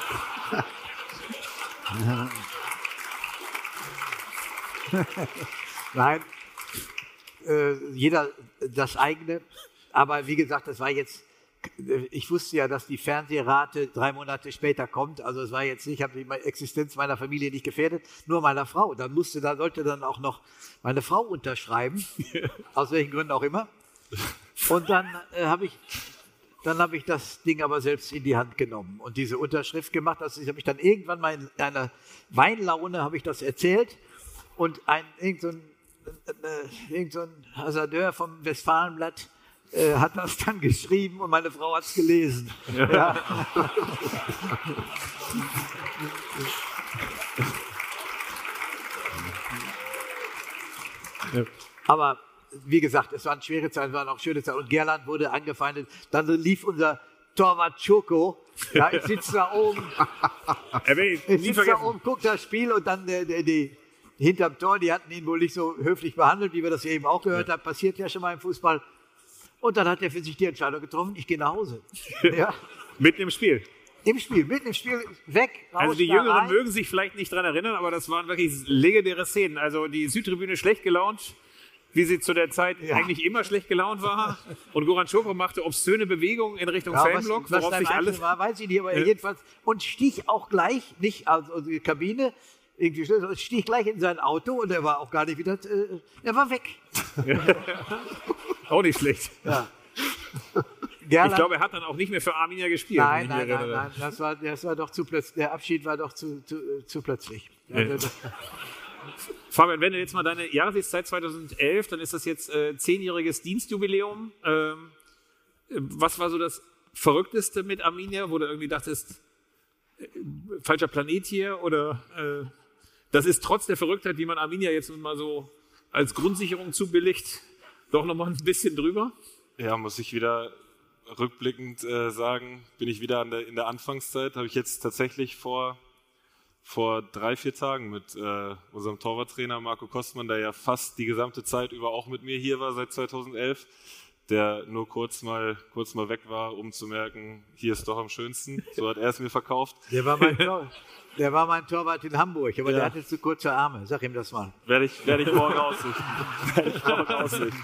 Nein. Äh, jeder das eigene. Aber wie gesagt, das war jetzt. Ich wusste ja, dass die Fernsehrate drei Monate später kommt. Also es war jetzt nicht, ich habe die Existenz meiner Familie nicht gefährdet, nur meiner Frau. Dann musste, da sollte dann auch noch meine Frau unterschreiben, aus welchen Gründen auch immer. Und dann äh, habe ich, dann habe ich das Ding aber selbst in die Hand genommen und diese Unterschrift gemacht. Also ich habe mich dann irgendwann mal in einer Weinlaune habe ich das erzählt, und ein irgend so ein, äh, irgend so ein Hasardeur vom Westfalenblatt Äh, hat das dann geschrieben und meine Frau hat es gelesen. Ja. Ja. Aber wie gesagt, es waren schwere Zeiten, es waren auch schöne Zeiten. Und Gerland wurde angefeindet. Dann lief unser Torwart Schoko. Ja, ich sitze da oben. Ich sitze da oben, gucke das Spiel, und dann der, der, die hinterm Tor, die hatten ihn wohl nicht so höflich behandelt, wie wir das eben auch gehört haben. Passiert ja schon mal im Fußball. Und dann hat er für sich die Entscheidung getroffen, ich gehe nach Hause. Ja. Mitten im Spiel. Im Spiel, mitten im Spiel, weg, raus, Also die da Jüngeren rein. mögen sich vielleicht nicht daran erinnern, aber das waren wirklich legendäre Szenen. Also die Südtribüne schlecht gelaunt, wie sie zu der Zeit Ja. eigentlich immer schlecht gelaunt war. Und Goran Schoko machte obszöne Bewegungen in Richtung Ja, Fanblock, was, was worauf dann sich alles... alles war, weiß ich nicht, aber jedenfalls, und stieg auch gleich, nicht aus also die Kabine, irgendwie sondern stieg gleich in sein Auto, und er war auch gar nicht wieder, äh, er war weg. Auch nicht schlecht. Ja. Ich Gerland, glaube, er hat dann auch nicht mehr für Arminia gespielt. nein, wenn ich mich nein, nein, erinnere. nein, das war, das war doch zu plötzlich, der Abschied war doch zu, zu, zu plötzlich. Ja, Ja. das- Fabian, wenn du jetzt mal deine Jahreszeit zweitausendelf, dann ist das jetzt äh, zehnjähriges Dienstjubiläum. Ähm, was war so das Verrückteste mit Arminia, wo du irgendwie dachtest, äh, falscher Planet hier, oder äh, das ist trotz der Verrücktheit, die man Arminia jetzt nun mal so als Grundsicherung zubilligt, doch noch mal ein bisschen drüber? Ja, muss ich wieder rückblickend äh, sagen, bin ich wieder an der, in der Anfangszeit, habe ich jetzt tatsächlich vor, vor drei, vier Tagen mit äh, unserem Torwarttrainer Marco Kostmann, der ja fast die gesamte Zeit über auch mit mir hier war seit zweitausendelf, der nur kurz mal, kurz mal weg war, um zu merken, hier ist doch am schönsten. So hat er es mir verkauft. Der war mein, Tor, der war mein Torwart in Hamburg, aber Ja. der hatte zu kurze Arme. Sag ihm das mal. Werde ich, werde ich morgen ausrichten. Werde ich morgen ausrichten.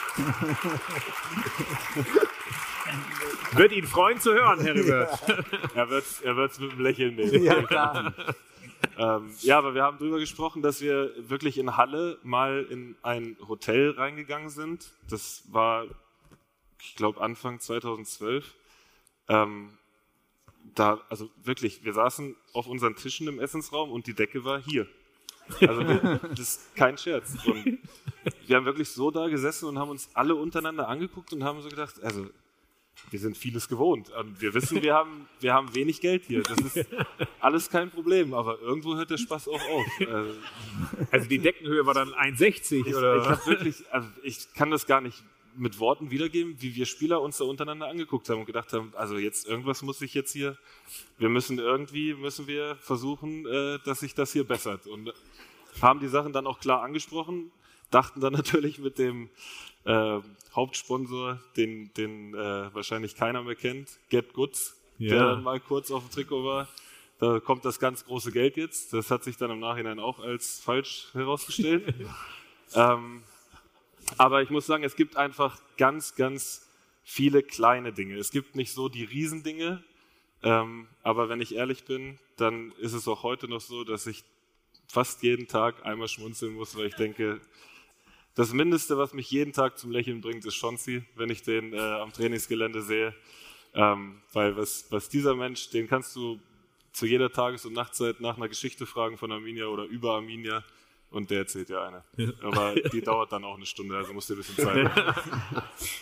Wird ihn freuen zu hören, Herr Rübert. Er wird es er wird's mit einem Lächeln nehmen. Ja, klar. Ähm, ja, aber wir haben darüber gesprochen, dass wir wirklich in Halle mal in ein Hotel reingegangen sind. Das war, ich glaube, Anfang zweitausendzwölf. Ähm, da, also wirklich, wir saßen auf unseren Tischen im Essensraum und die Decke war hier. Also wir, das ist kein Scherz. Und wir haben wirklich so da gesessen und haben uns alle untereinander angeguckt und haben so gedacht, also wir sind vieles gewohnt. Und wir wissen, wir haben, wir haben wenig Geld hier. Das ist alles kein Problem, aber irgendwo hört der Spaß auch auf. Also, Also die Deckenhöhe war dann eins sechzig ich, oder? ich, hab wirklich, also ich kann das gar nicht mit Worten wiedergeben, wie wir Spieler uns da untereinander angeguckt haben und gedacht haben, also jetzt irgendwas muss sich jetzt hier, wir müssen irgendwie, müssen wir versuchen, äh, dass sich das hier bessert. Und haben die Sachen dann auch klar angesprochen, dachten dann natürlich mit dem äh, Hauptsponsor, den, den äh, wahrscheinlich keiner mehr kennt, Get Goods, Ja. der dann mal kurz auf dem Trikot war. Da kommt das ganz große Geld jetzt. Das hat sich dann im Nachhinein auch als falsch herausgestellt. ähm, aber ich muss sagen, es gibt einfach ganz, ganz viele kleine Dinge. Es gibt nicht so die Riesendinge, ähm, aber wenn ich ehrlich bin, dann ist es auch heute noch so, dass ich fast jeden Tag einmal schmunzeln muss, weil ich denke, das Mindeste, was mich jeden Tag zum Lächeln bringt, ist Schonzi, wenn ich den äh, am Trainingsgelände sehe. Ähm, weil was, was dieser Mensch, den kannst du zu jeder Tages- und Nachtzeit nach einer Geschichte fragen von Arminia oder über Arminia und der erzählt dir eine. Ja. Aber die dauert dann auch eine Stunde, also musst du ein bisschen Zeit haben.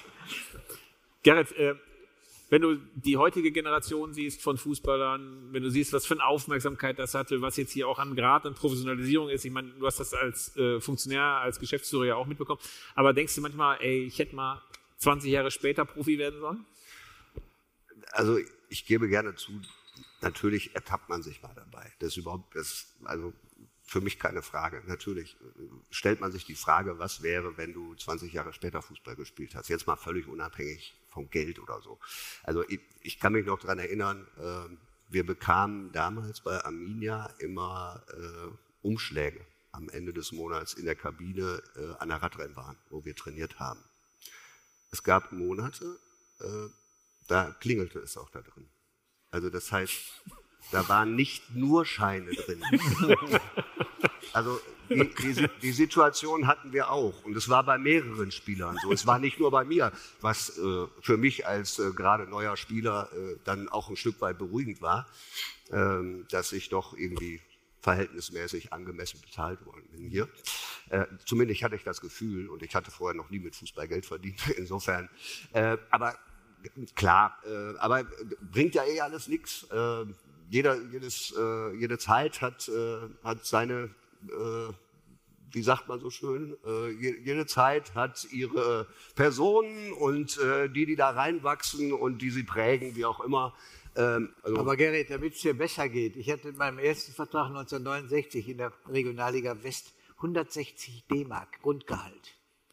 Gerrit, äh, wenn du die heutige Generation siehst von Fußballern, wenn du siehst, was für eine Aufmerksamkeit das hatte, was jetzt hier auch an Grad an Professionalisierung ist, ich meine, du hast das als äh, Funktionär, als Geschäftsführer ja auch mitbekommen, aber denkst du manchmal, ey, ich hätte mal zwanzig Jahre später Profi werden sollen? Also ich gebe gerne zu, natürlich ertappt man sich mal dabei. Das ist überhaupt, das, also für mich keine Frage. Natürlich stellt man sich die Frage, was wäre, wenn du zwanzig Jahre später Fußball gespielt hast. Jetzt mal völlig unabhängig vom Geld oder so. Also ich, ich kann mich noch daran erinnern, äh, wir bekamen damals bei Arminia immer äh, Umschläge am Ende des Monats in der Kabine äh, an der Radrennbahn, wo wir trainiert haben. Es gab Monate, äh, da klingelte es auch da drin. Also das heißt, da waren nicht nur Scheine drin. Also die, die, die Situation hatten wir auch. Und es war bei mehreren Spielern so. Es war nicht nur bei mir, was äh, für mich als äh, gerade neuer Spieler äh, dann auch ein Stück weit beruhigend war, äh, dass ich doch irgendwie verhältnismäßig angemessen bezahlt worden bin hier. Äh, zumindest hatte ich das Gefühl und ich hatte vorher noch nie mit Fußball Geld verdient. Insofern. Äh, aber klar, äh, aber bringt ja eh alles nichts. Äh, Jeder, jedes, äh, jede Zeit hat, äh, hat seine, äh, wie sagt man so schön, äh, jede Zeit hat ihre Personen und äh, die, die da reinwachsen und die sie prägen, wie auch immer. Ähm, also Aber Gerrit, damit es dir besser geht, ich hatte in meinem ersten Vertrag neunzehnhundertneunundsechzig in der Regionalliga West hundertsechzig D-Mark Grundgehalt.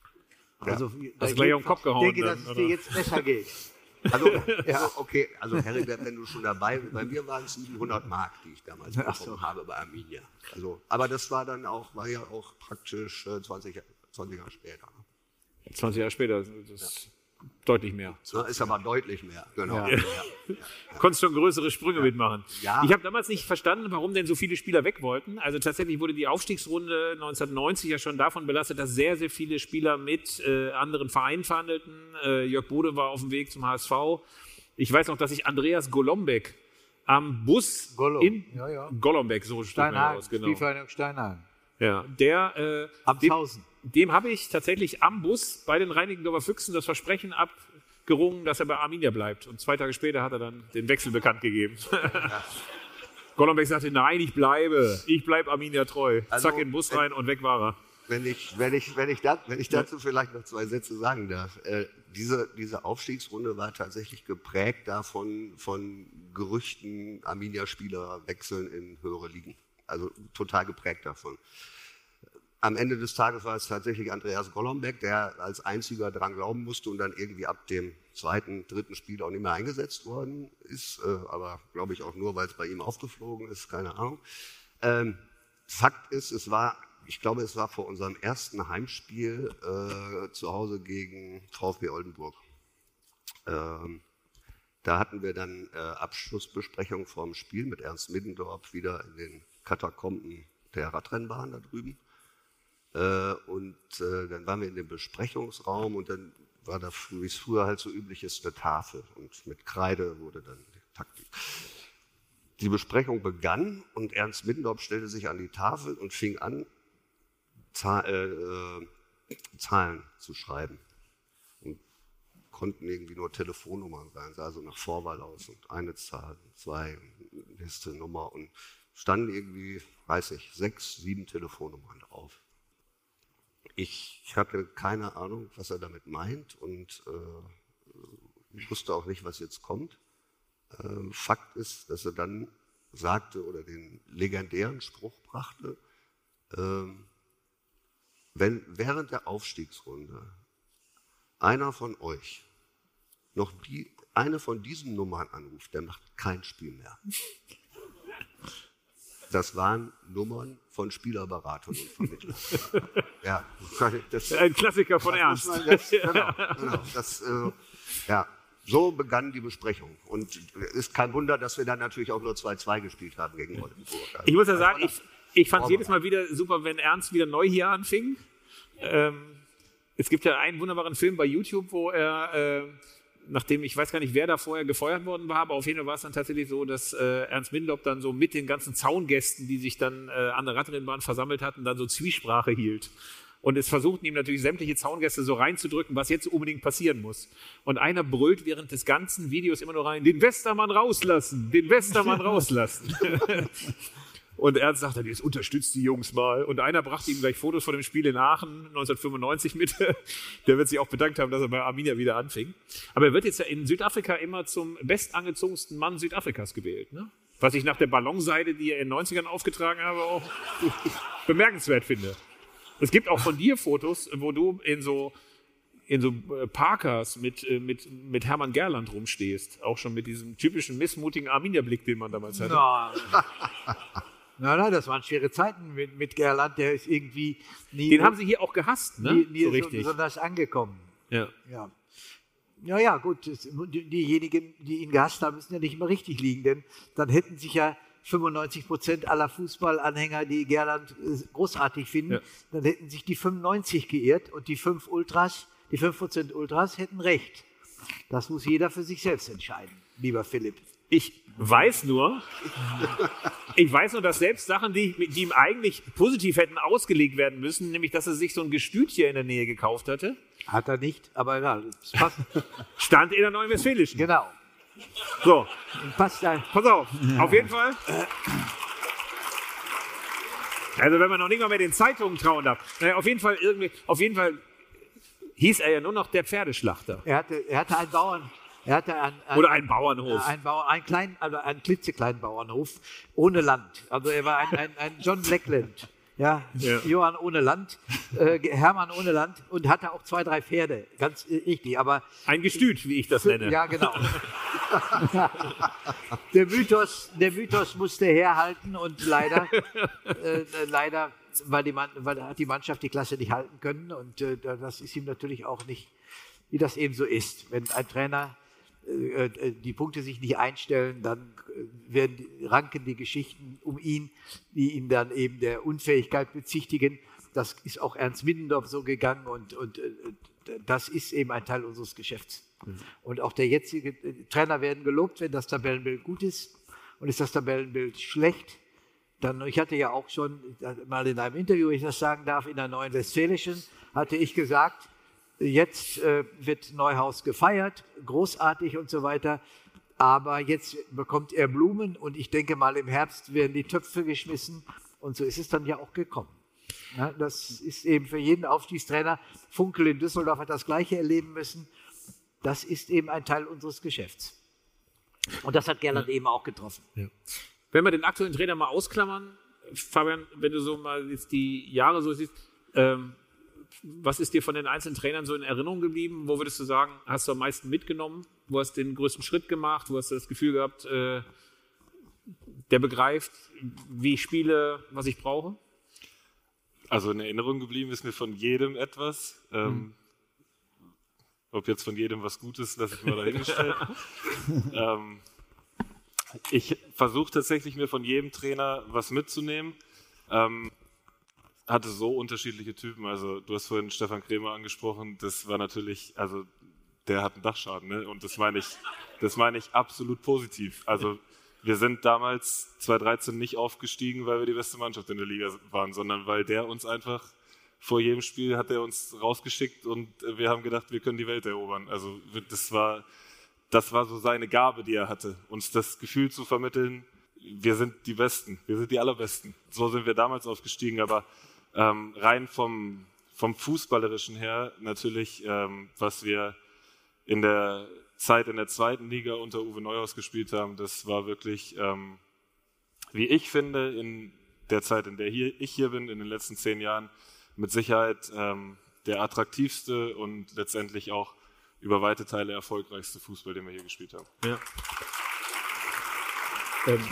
Also, Hast du gleich auf den Kopf gehauen Ich denke, dann, dass es oder? dir jetzt besser geht. Also, ja, okay, also Heribert, wenn du schon dabei bist, bei mir waren es siebenhundert Mark, die ich damals bekommen so. habe bei Arminia. Also, aber das war dann auch, war ja auch praktisch äh, zwanzig, zwanzig Jahre später. Ne? zwanzig Jahre später, das ist deutlich mehr. Ja, ist aber deutlich mehr, genau. Ja. Ja. Ja. Konntest schon größere Sprünge mitmachen. Ja. Ich habe damals nicht verstanden, warum denn so viele Spieler weg wollten. Also tatsächlich wurde die Aufstiegsrunde neunzehnhundertneunzig ja schon davon belastet, dass sehr, sehr viele Spieler mit äh, anderen Vereinen verhandelten. Äh, Jörg Bode war auf dem Weg zum H S V. Ich weiß noch, dass ich Andreas Golombek am Bus Gollum. in Ja, ja. Golombek, so steht man Steinhagen, aus, genau. Spielvereinigung Steinhagen. Ja, der äh, Am dem, Tausen. dem habe ich tatsächlich am Bus bei den Reinickendorfer Füchsen das Versprechen abgerungen, dass er bei Arminia bleibt. Und zwei Tage später hat er dann den Wechsel bekannt gegeben. Ja. Golombek sagte, nein, ich bleibe. Ich bleibe Arminia treu. Also, Zack, in den Bus rein und weg war er. Wenn ich, wenn ich, wenn ich, dat, wenn ich dazu vielleicht noch zwei Sätze sagen darf. Äh, diese, diese Aufstiegsrunde war tatsächlich geprägt davon, von Gerüchten, Arminia-Spieler wechseln in höhere Ligen. Also total geprägt davon. am Ende des Tages war es tatsächlich Andreas Golombek, der als einziger dran glauben musste und dann irgendwie ab dem zweiten, dritten Spiel auch nicht mehr eingesetzt worden ist. Äh, aber glaube ich auch nur, weil es bei ihm aufgeflogen ist, keine Ahnung. Ähm, Fakt ist, es war, ich glaube, es war vor unserem ersten Heimspiel äh, zu Hause gegen VfB Oldenburg. Ähm, da hatten wir dann äh, Abschlussbesprechung vor dem Spiel mit Ernst Middendorf wieder in den Katakomben der Radrennbahn da drüben. Äh, und äh, dann waren wir in dem Besprechungsraum und dann war da, wie es früher halt so üblich ist, eine Tafel. Und mit Kreide wurde dann die Taktik. Die Besprechung begann und Ernst Middendorf stellte sich an die Tafel und fing an, Zahl, äh, Zahlen zu schreiben. Und konnten irgendwie nur Telefonnummern sein, sah so nach Vorwahl aus und eine Zahl, zwei, nächste Nummer und standen irgendwie, weiß ich, sechs, sieben Telefonnummern drauf. Ich hatte keine Ahnung, was er damit meint und äh, wusste auch nicht, was jetzt kommt. Äh, Fakt ist, dass er dann sagte oder den legendären Spruch brachte, äh, wenn während der Aufstiegsrunde einer von euch noch die, eine von diesen Nummern anruft, der macht kein Spiel mehr. Das waren Nummern von Spielerberatern und Vermittlern. Ja, das, ein Klassiker von Ernst. Jetzt, genau, genau, das, äh, ja, so begann die Besprechung. Und es ist kein Wunder, dass wir dann natürlich auch nur zwei zwei gespielt haben gegen Oldenburg. Also, ich muss ja sagen, ich, ich fand es jedes Mal wieder super, wenn Ernst wieder neu hier anfing. Ähm, es gibt ja einen wunderbaren Film bei YouTube, wo er, äh, nachdem, ich weiß gar nicht, wer da vorher gefeuert worden war, aber auf jeden Fall war es dann tatsächlich so, dass äh, Ernst Middendorf dann so mit den ganzen Zaungästen, die sich dann äh, an der Radrennbahn versammelt hatten, dann so Zwiesprache hielt. Und es versuchten ihm natürlich sämtliche Zaungäste so reinzudrücken, was jetzt unbedingt passieren muss. Und einer brüllt während des ganzen Videos immer nur rein, den Westermann rauslassen, den Westermann rauslassen. Und Ernst sagt dann, jetzt unterstützt die Jungs mal. Und einer brachte ihm gleich Fotos von dem Spiel in Aachen neunzehnhundertfünfundneunzig mit. Der wird sich auch bedankt haben, dass er bei Arminia wieder anfing. Aber er wird jetzt ja in Südafrika immer zum bestangezogensten Mann Südafrikas gewählt. Ne? Was ich nach der Ballonseide, die er in den neunzigern aufgetragen habe, auch bemerkenswert finde. Es gibt auch von dir Fotos, wo du in so, in so Parkers mit, mit, mit Hermann Gerland rumstehst. Auch schon mit diesem typischen missmutigen Arminia-Blick, den man damals hatte. Na, nein, nein, das waren schwere Zeiten mit, mit Gerland. Der ist irgendwie nie... Den haben sie hier auch gehasst, ne? Nie, nie so richtig. So, besonders angekommen. Ja. Ja. Ja, ja, gut. Das, diejenigen, die ihn gehasst haben, müssen ja nicht immer richtig liegen, denn dann hätten sich ja fünfundneunzig Prozent aller Fußballanhänger, die Gerland großartig finden, ja. Dann hätten sich die fünfundneunzig geirrt und die fünf Ultras, die fünf Prozent Ultras hätten recht. Das muss jeder für sich selbst entscheiden, lieber Philipp. Ich weiß nur, ich weiß nur, dass selbst Sachen, die, die ihm eigentlich positiv hätten ausgelegt werden müssen, nämlich, dass er sich so ein Gestüt hier in der Nähe gekauft hatte. Hat er nicht, aber egal. Das passt. Stand in der Neuen Westfälischen. Genau. So, passt da. Pass auf, auf jeden Fall. Also wenn man noch nicht mal mehr den Zeitungen trauen darf. Naja, auf jeden Fall irgendwie, auf jeden Fall hieß er ja nur noch der Pferdeschlachter. Er hatte, er hatte einen Bauern. Er hatte ein, ein, Oder einen Bauernhof. Ein, Bauer, ein kleinen, also einen klitzekleinen Bauernhof ohne Land. Also er war ein, ein, ein John Blackland. Ja, ja, Johann ohne Land, äh, Hermann ohne Land und hatte auch zwei, drei Pferde, ganz richtig. Aber ein Gestüt, wie ich das nenne. Ja, genau. der, Mythos, der Mythos musste herhalten und leider, äh, leider war die, Mann, war, hat die Mannschaft die Klasse nicht halten können und äh, das ist ihm natürlich auch nicht, wie das eben so ist. Wenn ein Trainer äh, die Punkte sich nicht einstellen, dann werden die, ranken die Geschichten um ihn, die ihn dann eben der Unfähigkeit bezichtigen. Das ist auch Ernst Middendorf so gegangen und, und äh, das ist eben ein Teil unseres Geschäfts. Mhm. Und auch der jetzige äh, Trainer werden gelobt, wenn das Tabellenbild gut ist. Und ist das Tabellenbild schlecht, dann, ich hatte ja auch schon mal in einem Interview, wenn ich das sagen darf, in der Neuen Westfälischen, hatte ich gesagt, jetzt äh, wird Neuhaus gefeiert, großartig und so weiter. Aber jetzt bekommt er Blumen und ich denke mal, im Herbst werden die Töpfe geschmissen. Und so ist es dann ja auch gekommen. Ja, das ist eben für jeden Aufstiegstrainer. Funkel in Düsseldorf hat das Gleiche erleben müssen. Das ist eben ein Teil unseres Geschäfts. Und das hat Gerland ja eben auch getroffen. Ja. Wenn wir den aktuellen Trainer mal ausklammern, Fabian, wenn du so mal jetzt die Jahre so siehst, Ähm, was ist dir von den einzelnen Trainern so in Erinnerung geblieben? Wo würdest du sagen, hast du am meisten mitgenommen? Wo hast du den größten Schritt gemacht? Wo hast du das Gefühl gehabt, äh, der begreift, wie ich spiele, was ich brauche? Also in Erinnerung geblieben ist mir von jedem etwas. Ähm, hm. Ob jetzt von jedem was Gutes, lasse ich mal dahingestellt. ähm, ich versuche tatsächlich mir von jedem Trainer was mitzunehmen. Ähm, hatte so unterschiedliche Typen. Also du hast vorhin Stefan Krämer angesprochen. Das war natürlich, also der hat einen Dachschaden, ne? Und das meine ich, das meine ich absolut positiv. Also wir sind damals zweitausenddreizehn nicht aufgestiegen, weil wir die beste Mannschaft in der Liga waren, sondern weil der uns einfach vor jedem Spiel hat er uns rausgeschickt und wir haben gedacht, wir können die Welt erobern. Also das war, das war so seine Gabe, die er hatte, uns das Gefühl zu vermitteln, wir sind die Besten, wir sind die Allerbesten. So sind wir damals aufgestiegen, aber ähm, rein vom, vom Fußballerischen her natürlich, ähm, was wir in der Zeit in der zweiten Liga unter Uwe Neuhaus gespielt haben, das war wirklich, ähm, wie ich finde, in der Zeit, in der hier, ich hier bin, in den letzten zehn Jahren, mit Sicherheit ähm, der attraktivste und letztendlich auch über weite Teile erfolgreichste Fußball, den wir hier gespielt haben. Ja. Ähm.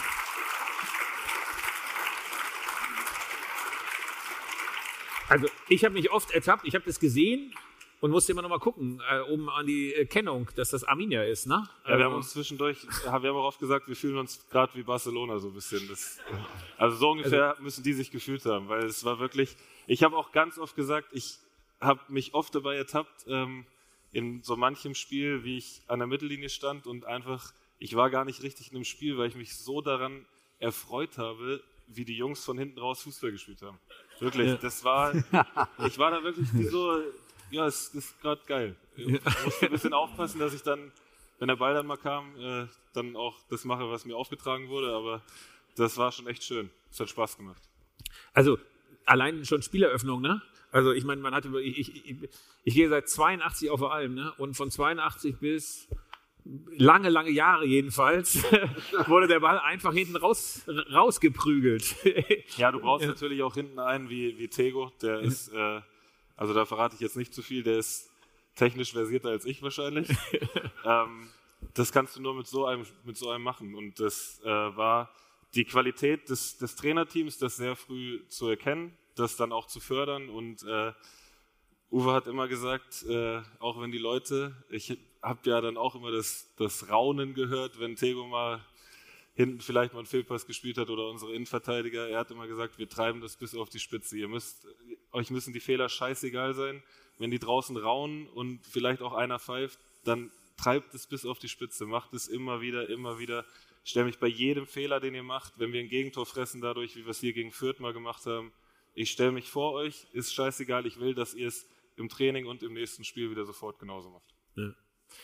Also ich habe mich oft ertappt, ich habe das gesehen und musste immer noch mal gucken, äh, um an die äh, Kennung, dass das Arminia ist, ne? Ja, wir haben uns zwischendurch, wir haben auch oft gesagt, wir fühlen uns gerade wie Barcelona so ein bisschen. Das, also so ungefähr also, müssen die sich gefühlt haben, weil es war wirklich, ich habe auch ganz oft gesagt, ich habe mich oft dabei ertappt, ähm, in so manchem Spiel, wie ich an der Mittellinie stand und einfach, ich war gar nicht richtig in dem Spiel, weil ich mich so daran erfreut habe, wie die Jungs von hinten raus Fußball gespielt haben. Wirklich, ja. Das war, ich war da wirklich wie so, ja, es ist gerade geil. Ich musste ein bisschen aufpassen, dass ich dann, wenn der Ball dann mal kam, äh, dann auch das mache, was mir aufgetragen wurde, aber das war schon echt schön. Es hat Spaß gemacht. Also, allein schon Spieleröffnung, ne? Also, ich meine, man hat über, ich, ich, ich, ich gehe seit zweiundachtzig auf der Alm, ne? Und von zweiundachtzig bis lange, lange Jahre jedenfalls, wurde der Ball einfach hinten raus, rausgeprügelt. Ja, du brauchst ja. natürlich auch hinten einen wie, wie Tego, der ist, äh, also da verrate ich jetzt nicht zu viel, der ist technisch versierter als ich wahrscheinlich. ähm, das kannst du nur mit so einem, mit so einem machen. Und das äh, war die Qualität des, des Trainerteams, das sehr früh zu erkennen, das dann auch zu fördern. Und äh, Uwe hat immer gesagt, äh, auch wenn die Leute, ich habe ja dann auch immer das, das Raunen gehört, wenn Tego mal hinten vielleicht mal einen Fehlpass gespielt hat oder unsere Innenverteidiger. Er hat immer gesagt, wir treiben das bis auf die Spitze. Ihr müsst, euch müssen die Fehler scheißegal sein. Wenn die draußen raunen und vielleicht auch einer pfeift, dann treibt es bis auf die Spitze. Macht es immer wieder, immer wieder. Ich stelle mich bei jedem Fehler, den ihr macht, wenn wir ein Gegentor fressen dadurch, wie wir es hier gegen Fürth mal gemacht haben, ich stelle mich vor euch, ist scheißegal. Ich will, dass ihr es im Training und im nächsten Spiel wieder sofort genauso macht. Ja.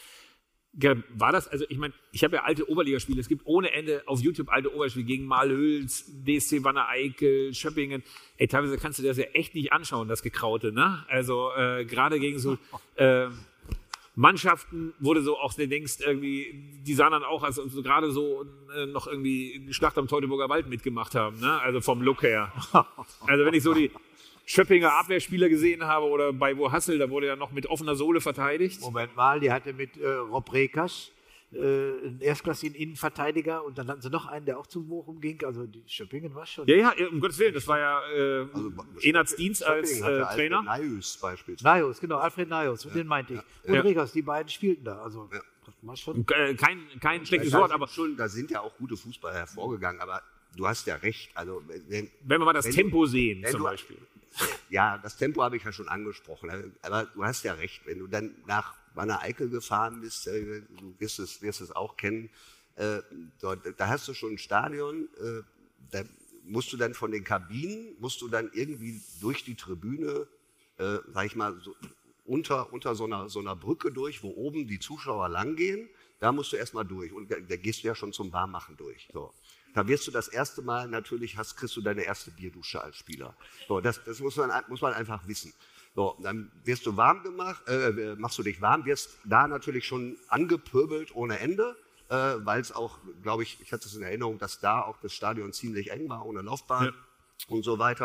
War das, also ich meine, ich habe ja alte Oberligaspiele, es gibt ohne Ende auf YouTube alte Oberligaspiele gegen Malhöls, D S C Wanne-Eickel, Schöppingen. Ey, teilweise kannst du das ja echt nicht anschauen, das Gekraute, ne? Also äh, gerade gegen so äh, Mannschaften, wo du so auch denkst, irgendwie, die sahen dann auch, also so, gerade so äh, noch irgendwie die Schlacht am Teutoburger Wald mitgemacht haben, ne? Also vom Look her. Also wenn ich so die Schöppinger Abwehrspieler gesehen habe oder bei Wo Hassel, da wurde ja noch mit offener Sohle verteidigt. Moment mal, die hatte mit äh, Rob Rekas äh, einen erstklassigen Innenverteidiger und dann hatten sie noch einen, der auch zum Bochum ging. Also die Schöppingen war schon. Ja, ja, um Gottes Willen, das war ja äh, also, Enats Dienst als äh, Trainer. Naius beispielsweise. Naius, genau, Alfred Naius, ja, den meinte ich. Ja. Und ja. Rekas, die beiden spielten da. Also ja. Das war schon. Kein, kein schlechtes Wort, aber schon. Da sind ja auch gute Fußballer hervorgegangen, aber du hast ja recht. Also wenn, wenn wir mal das Tempo du, sehen, zum du, Beispiel. Ja, das Tempo habe ich ja schon angesprochen. Aber du hast ja recht, wenn du dann nach Wanne-Eickel gefahren bist, du wirst es, wirst es auch kennen, äh, dort, da hast du schon ein Stadion, äh, da musst du dann von den Kabinen, musst du dann irgendwie durch die Tribüne, äh, sag ich mal, so unter, unter so, einer, so einer Brücke durch, wo oben die Zuschauer langgehen, da musst du erstmal durch. Und da, da gehst du ja schon zum Warmmachen durch. So. Da wirst du das erste Mal, natürlich hast, kriegst du deine erste Bierdusche als Spieler. So, das das muss, man, muss man einfach wissen. So, dann wirst du warm gemacht, äh, machst du dich warm, wirst da natürlich schon angepöbelt ohne Ende, äh, weil es auch, glaube ich, ich hatte es in Erinnerung, dass da auch das Stadion ziemlich eng war, ohne Laufbahn ja. und so weiter.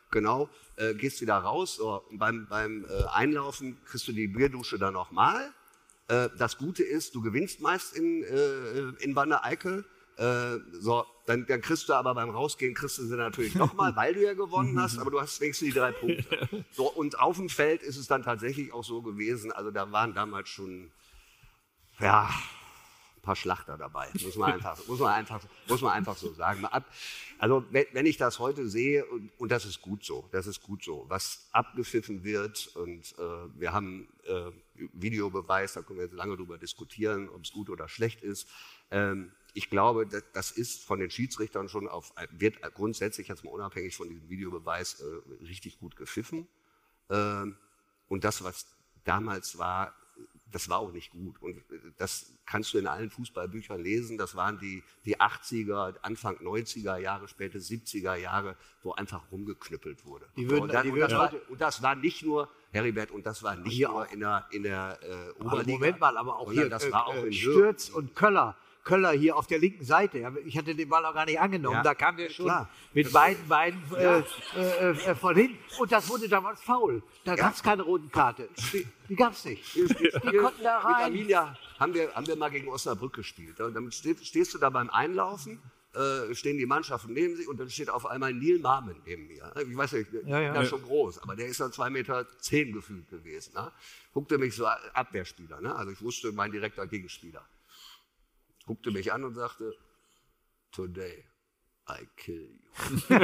genau, äh, gehst wieder raus. So, beim beim äh, Einlaufen kriegst du die Bierdusche dann nochmal. Äh, das Gute ist, du gewinnst meist in, äh, in Wanne-Eickel. Äh, so, dann, dann kriegst du aber beim Rausgehen, kriegst du sie natürlich nochmal, weil du ja gewonnen hast, aber du hast wenigstens die drei Punkte. So, und auf dem Feld ist es dann tatsächlich auch so gewesen, also da waren damals schon, ja, ein paar Schlachter dabei, muss man einfach, muss man einfach, muss man einfach so sagen. Also wenn, wenn ich das heute sehe, und, und das ist gut so, das ist gut so, was abgepfiffen wird und äh, wir haben äh, Videobeweis, da können wir jetzt lange drüber diskutieren, ob es gut oder schlecht ist. Ähm, Ich glaube, das ist von den Schiedsrichtern schon auf, wird grundsätzlich jetzt mal unabhängig von diesem Videobeweis äh, richtig gut gepfiffen. Ähm, und das, was damals war, das war auch nicht gut. Und das kannst du in allen Fußballbüchern lesen. Das waren die, die achtziger, Anfang neunziger Jahre, späte siebziger Jahre, wo einfach rumgeknüppelt wurde. Die würden, und, dann, die und, das würden war, und das war nicht nur, Heribert, und das war nicht hier nur auch. in der, in der äh, Aber Oberliga. Moment mal, aber auch hier das war auch äh, in Stürz und Köller. Köller hier auf der linken Seite. Ja, ich hatte den Ball auch gar nicht angenommen. Ja, da kam der schon klar. mit beiden Beinen äh, äh, äh, von hinten. Und das wurde damals faul. Da Ja. gab es keine roten Karte. Die gab es nicht. Die konnten da Mit rein. Arminia haben wir, haben wir mal gegen Osnabrück gespielt. Da- Damit stehst, stehst du da beim Einlaufen, äh, stehen die Mannschaften neben sich und dann steht auf einmal Neil Marmon neben mir. Ich weiß nicht, Ja, ja. der ist schon groß, aber der ist dann zwei Meter zehn gefühlt gewesen. Ne? Guckte mich so, Abwehrspieler, ne? Also ich wusste, mein direkter Gegenspieler. Guckte mich an und sagte, today I kill you.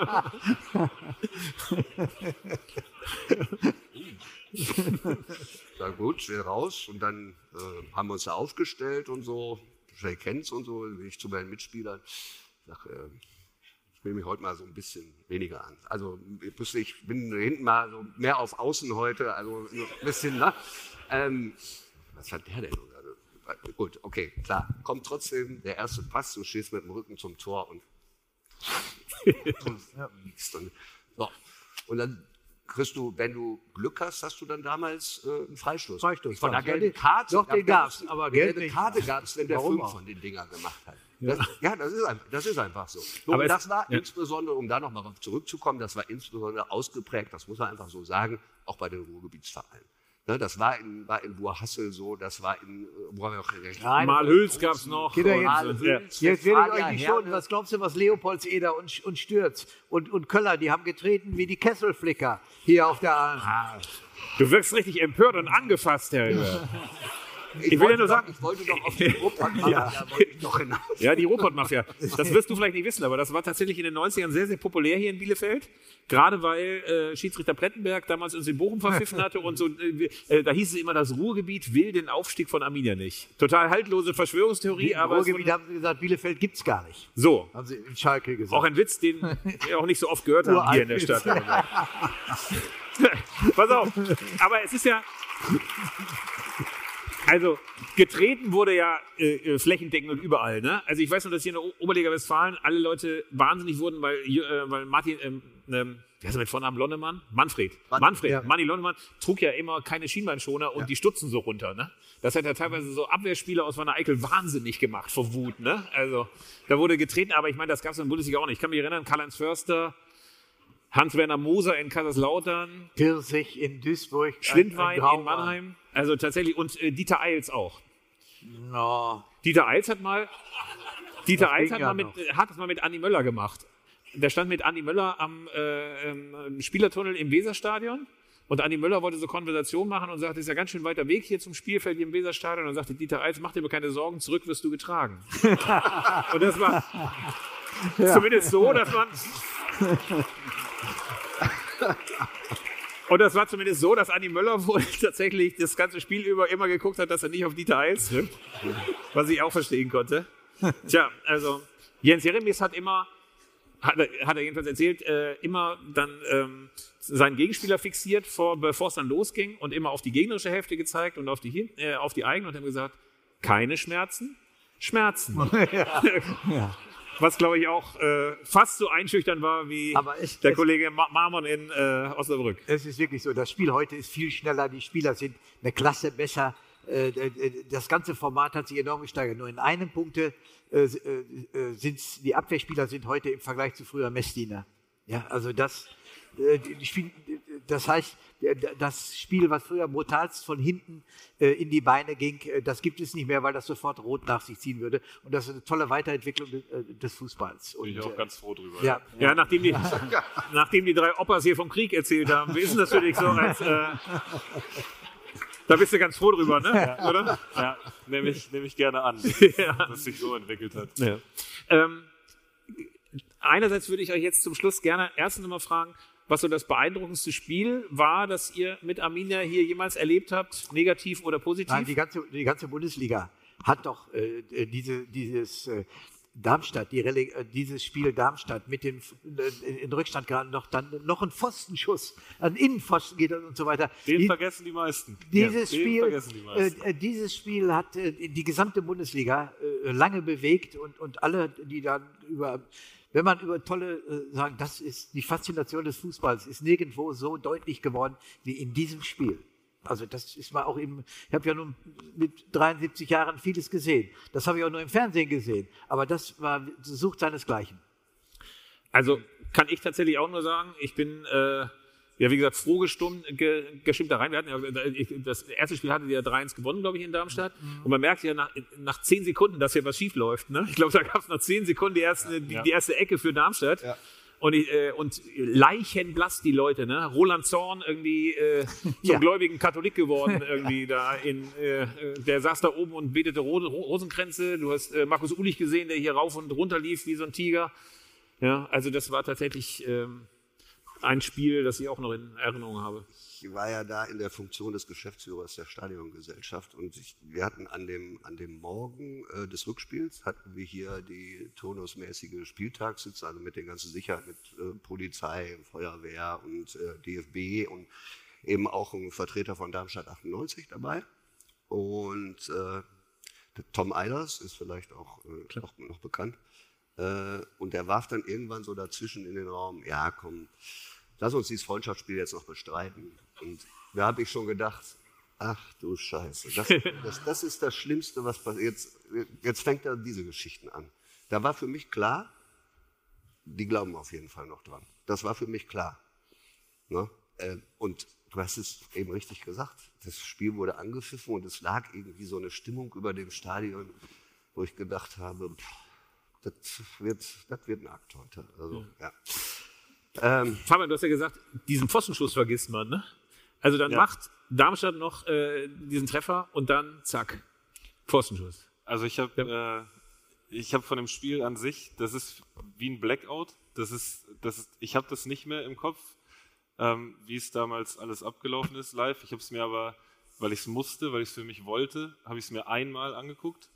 Na gut, schnell raus und dann äh, haben wir uns da aufgestellt und so, Shake Hands und so, bin ich zu meinen Mitspielern. Ich sag, äh, ich will mich heute mal so ein bisschen weniger an. Also ich bin hinten mal so mehr auf Außen heute, also ein bisschen, ne? Ähm, was hat der denn? Also, gut, okay, klar. Kommt trotzdem der erste Pass, du stehst mit dem Rücken zum Tor und ja. und, so. Und dann kriegst du, wenn du Glück hast, hast du dann damals äh, einen Freistoß. Freistoß, Von der ja, gelben den- Karte. doch, den da- gab's, aber eine Geld gelbe nicht. Karte gab es, wenn der Warum fünf auch? von den Dingern gemacht hat. Das, ja, das ist, einfach, das ist einfach so. so Aber und es- das war ja. insbesondere, um da nochmal drauf zurückzukommen, das war insbesondere ausgeprägt, das muss man einfach so sagen, auch bei den Ruhrgebietsvereinen. Ne, das war in, war in Burhassel so, das war in, äh, wo haben wir auch recht. Nein, Malhüls gab es noch. Kinder, und- jetzt- ja. Jetzt will ich euch Westfalia nicht Herne. schonen. Was glaubst du, was Leopoldseder und, und Stürz und, und Köller, die haben getreten wie die Kesselflicker hier auf der... Du wirkst richtig empört und angefasst, Herr Hilbert. Ich, will wollte ja nur doch, sagen- ich wollte doch auf die Ruhrpott-Mafia, da wollte ich doch hinaus. Ja, die Ruhrpott-Mafia. Das wirst du vielleicht nicht wissen, aber das war tatsächlich in den neunzigern sehr, sehr populär hier in Bielefeld. Gerade weil äh, Schiedsrichter Plettenberg damals uns in Bochum verpfiffen hatte und so, äh, äh, da hieß es immer, das Ruhrgebiet will den Aufstieg von Arminia nicht. Total haltlose Verschwörungstheorie, Im aber es Ruhrgebiet wurde, haben sie gesagt, Bielefeld gibt's gar nicht. so. Haben sie in Schalke gesagt. Auch ein Witz, den wir auch nicht so oft gehört haben hier in der Stadt. Pass auf, aber es ist ja... Also, getreten wurde ja äh, äh, flächendeckend und überall. Ne? Also ich weiß noch, dass hier in der O- Oberliga Westfalen alle Leute wahnsinnig wurden, weil, äh, weil Martin, ähm, ähm, wie heißt er mit Vornamen, Lonnemann? Manfred. Man- Manfred, ja. Manni Lonnemann trug ja immer keine Schienbeinschoner und die stutzen so runter. Ne? Das hat ja teilweise so Abwehrspieler aus Wanne Eickel wahnsinnig gemacht vor Wut. Ne? Also da wurde getreten, aber ich meine, das gab es in der Bundesliga auch nicht. Ich kann mich erinnern, Karl-Heinz Förster, Hans-Werner Moser in Kaiserslautern, Pfirsich in Duisburg. ein- Schlindwein ein in Grauer. Mannheim. Also tatsächlich, und äh, Dieter Eils auch. No. Dieter Eils hat mal, Dieter Das Eils ging hat, ja mal mit, noch. äh, hat das mal mit Andi Möller gemacht. Der stand mit Andi Möller am äh, ähm, Spielertunnel im Weserstadion und Andi Möller wollte so Konversation machen und sagte, es ist ja ganz schön weiter Weg hier zum Spielfeld hier im Weserstadion. Und dann sagte Dieter Eils, mach dir aber keine Sorgen, zurück wirst du getragen. Und das war zumindest so, dass man... Und das war zumindest so, dass Andi Möller wohl tatsächlich das ganze Spiel über immer geguckt hat, dass er nicht auf Dieter Eils trifft. Was ich auch verstehen konnte. Tja, also Jens Jeremies hat immer, hat er, hat er jedenfalls erzählt, äh, immer dann ähm, seinen Gegenspieler fixiert, vor, bevor es dann losging und immer auf die gegnerische Hälfte gezeigt und auf die, hin- äh, auf die eigene und hat gesagt, keine Schmerzen, Schmerzen. Was, glaube ich, auch äh, fast so einschüchtern war wie Aber es- der es- Kollege Ma- Marmon in äh, Osnabrück. Es ist wirklich so, das Spiel heute ist viel schneller, die Spieler sind eine Klasse besser. Äh, äh, Das ganze Format hat sich enorm gesteigert. Nur in einem Punkt äh, äh, sind's, die Abwehrspieler sind heute im Vergleich zu früher Messdiener. Ja, also das, äh, die Spiel, das heißt, das Spiel, was früher brutalst von hinten äh, in die Beine ging, äh, das gibt es nicht mehr, weil das sofort rot nach sich ziehen würde. Und das ist eine tolle Weiterentwicklung des, äh, des Fußballs. Und, Bin ich auch äh, ganz froh drüber. Ja, Ja, nachdem die, nachdem die drei Opas hier vom Krieg erzählt haben, wie ist denn das für dich so als... Äh, da bist du ganz froh drüber, ne? Ja. Oder? Ja, nehme ich, nehm ich gerne an, Ja. dass sich so entwickelt hat. Ja. Ähm, einerseits würde ich euch jetzt zum Schluss gerne erstens mal fragen, was so das beeindruckendste Spiel war, das ihr mit Arminia hier jemals erlebt habt, negativ oder positiv? Nein, die ganze, die ganze Bundesliga hat doch äh, diese, dieses äh, Darmstadt, die Rele äh, dieses Spiel Darmstadt mit dem äh, in Rückstand geraten, noch dann noch ein Pfostenschuss, ein Innenpfosten geht und so weiter. Den die, vergessen die meisten. Dieses, Den Spiel, vergessen die meisten. äh, dieses Spiel hat äh, die gesamte Bundesliga äh, lange bewegt und, und alle, die dann über, wenn man über tolle äh, sagen, das ist die Faszination des Fußballs, ist nirgendwo so deutlich geworden wie in diesem Spiel. Also das ist mal auch eben, ich habe ja nun mit dreiundsiebzig Jahren vieles gesehen. Das habe ich auch nur im Fernsehen gesehen. Aber das war, sucht seinesgleichen. Also kann ich tatsächlich auch nur sagen, ich bin, äh, ja wie gesagt, froh gestimmt, ge, gestimmt da rein. Wir hatten ja, ich, das erste Spiel hatte die ja drei eins gewonnen, glaube ich, in Darmstadt. Mhm. Und man merkt ja nach, nach zehn Sekunden, dass hier was schief läuft. Ne? Ich glaube, da gab es nach zehn Sekunden die erste, ja. die, die erste Ecke für Darmstadt. Ja. Und, ich, äh, und leichenblass die Leute, ne? Roland Zorn irgendwie äh, zum ja. gläubigen Katholik geworden, irgendwie da in, äh, der saß da oben und betete Ro Rosenkränze. Du hast äh, Markus Ulich gesehen, der hier rauf und runter lief wie so ein Tiger. Ja, also das war tatsächlich ähm, ein Spiel, das ich auch noch in Erinnerung habe. Ich war ja da in der Funktion des Geschäftsführers der Stadiongesellschaft und ich, wir hatten an dem, an dem Morgen äh, des Rückspiels hatten wir hier die turnusmäßige Spieltagssitzung, also mit der ganzen Sicherheit, mit äh, Polizei, Feuerwehr und äh, D F B und eben auch ein Vertreter von Darmstadt achtundneunzig dabei. Und äh, Tom Eilers ist vielleicht auch, äh, auch noch bekannt. Äh, und der warf dann irgendwann so dazwischen in den Raum, ja komm, lass uns dieses Freundschaftsspiel jetzt noch bestreiten. Und da habe ich schon gedacht, ach du Scheiße, das, das, das ist das Schlimmste, was passiert. Jetzt, jetzt fängt er diese Geschichten an. Da war für mich klar, die glauben auf jeden Fall noch dran. Das war für mich klar. Ne? Und du hast es eben richtig gesagt, das Spiel wurde angepfiffen und es lag irgendwie so eine Stimmung über dem Stadion, wo ich gedacht habe, pff, das wird, das wird ein Akt heute. Also, ja. Ja. Ähm, Fabian, du hast ja gesagt, diesen Pfostenschuss vergisst man, ne? Also dann ja. macht Darmstadt noch äh, diesen Treffer und dann zack, Pfostenschuss. Also ich habe äh, ich habe von dem Spiel an sich, das ist wie ein Blackout. Das ist, das ist, ich habe das nicht mehr im Kopf, ähm, wie es damals alles abgelaufen ist live. Ich habe es mir aber, weil ich es musste, weil ich es für mich wollte, habe ich es mir einmal angeguckt,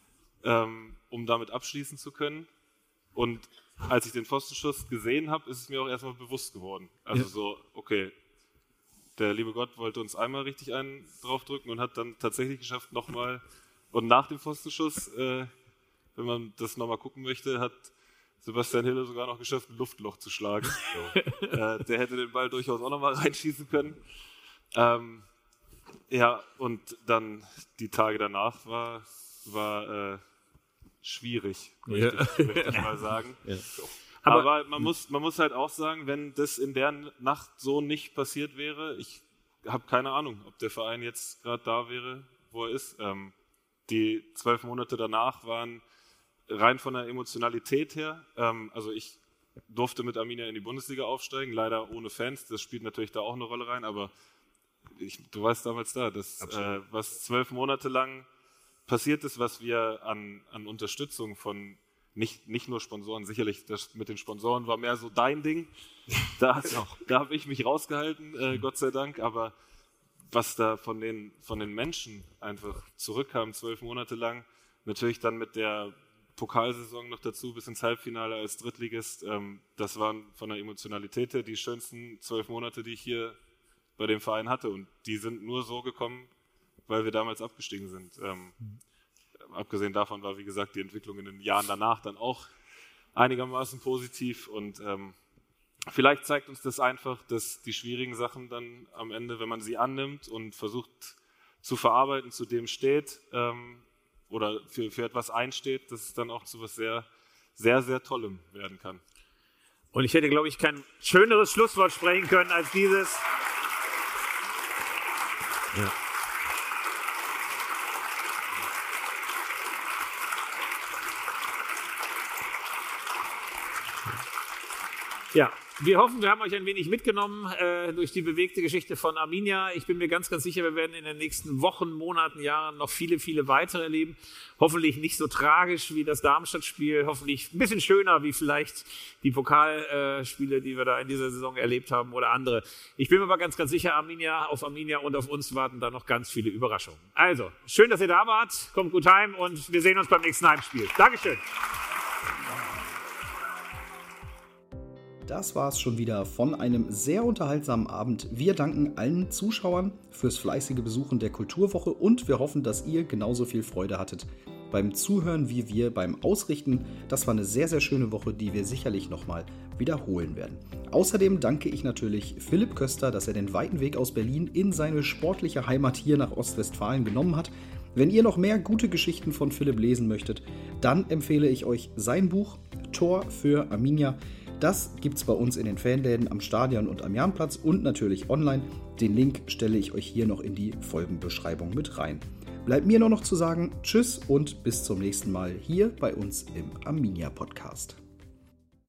ähm, um damit abschließen zu können. Und als ich den Pfostenschuss gesehen habe, ist es mir auch erstmal bewusst geworden. Also ja. so, okay, der liebe Gott wollte uns einmal richtig einen draufdrücken und hat dann tatsächlich geschafft, nochmal, und nach dem Pfostenschuss, äh, wenn man das nochmal gucken möchte, hat Sebastian Hille sogar noch geschafft, ein Luftloch zu schlagen. So. äh, der hätte den Ball durchaus auch nochmal reinschießen können. Ähm, ja, und dann die Tage danach war, war äh, schwierig, möchte, ja. ich, möchte ich mal sagen. Ja. Aber, Aber man, muss, man muss halt auch sagen, wenn das in der Nacht so nicht passiert wäre, ich habe keine Ahnung, ob der Verein jetzt gerade da wäre, wo er ist. Ähm, die zwölf Monate danach waren rein von der Emotionalität her, ähm, also ich durfte mit Arminia in die Bundesliga aufsteigen, leider ohne Fans, das spielt natürlich da auch eine Rolle rein, aber ich, du warst damals da, das, äh, was zwölf Monate lang passiert ist, was wir an, an Unterstützung von Nicht, nicht nur Sponsoren, sicherlich, das mit den Sponsoren war mehr so dein Ding. Da, da habe ich mich rausgehalten, äh, Gott sei Dank. Aber was da von den, von den Menschen einfach zurückkam, zwölf Monate lang, natürlich dann mit der Pokalsaison noch dazu, bis ins Halbfinale als Drittligist, ähm, das waren von der Emotionalität her die schönsten zwölf Monate, die ich hier bei dem Verein hatte. Und die sind nur so gekommen, weil wir damals abgestiegen sind. Ähm, Abgesehen davon war, wie gesagt, die Entwicklung in den Jahren danach dann auch einigermaßen positiv und ähm, vielleicht zeigt uns das einfach, dass die schwierigen Sachen dann am Ende, wenn man sie annimmt und versucht zu verarbeiten, zu dem steht ähm, oder für, für etwas einsteht, dass es dann auch zu was sehr, sehr, sehr Tollem werden kann. Und ich hätte, glaube ich, kein schöneres Schlusswort sprechen können als dieses. Ja. Ja, wir hoffen, wir haben euch ein wenig mitgenommen äh, durch die bewegte Geschichte von Arminia. Ich bin mir ganz, ganz sicher, wir werden in den nächsten Wochen, Monaten, Jahren noch viele, viele weitere erleben. Hoffentlich nicht so tragisch wie das Darmstadt-Spiel, hoffentlich ein bisschen schöner wie vielleicht die Pokalspiele, äh, die wir da in dieser Saison erlebt haben oder andere. Ich bin mir aber ganz, ganz sicher, Arminia, auf Arminia und auf uns warten da noch ganz viele Überraschungen. Also, schön, dass ihr da wart, kommt gut heim und wir sehen uns beim nächsten Heimspiel. Dankeschön. Das war es schon wieder von einem sehr unterhaltsamen Abend. Wir danken allen Zuschauern fürs fleißige Besuchen der Kulturwoche und wir hoffen, dass ihr genauso viel Freude hattet beim Zuhören wie wir beim Ausrichten. Das war eine sehr, sehr schöne Woche, die wir sicherlich nochmal wiederholen werden. Außerdem danke ich natürlich Philipp Köster, dass er den weiten Weg aus Berlin in seine sportliche Heimat hier nach Ostwestfalen genommen hat. Wenn ihr noch mehr gute Geschichten von Philipp lesen möchtet, dann empfehle ich euch sein Buch Tor für Arminia. Das gibt's bei uns in den Fanläden am Stadion und am Jahnplatz und natürlich online. Den Link stelle ich euch hier noch in die Folgenbeschreibung mit rein. Bleibt mir nur noch zu sagen, tschüss und bis zum nächsten Mal hier bei uns im Arminia Podcast.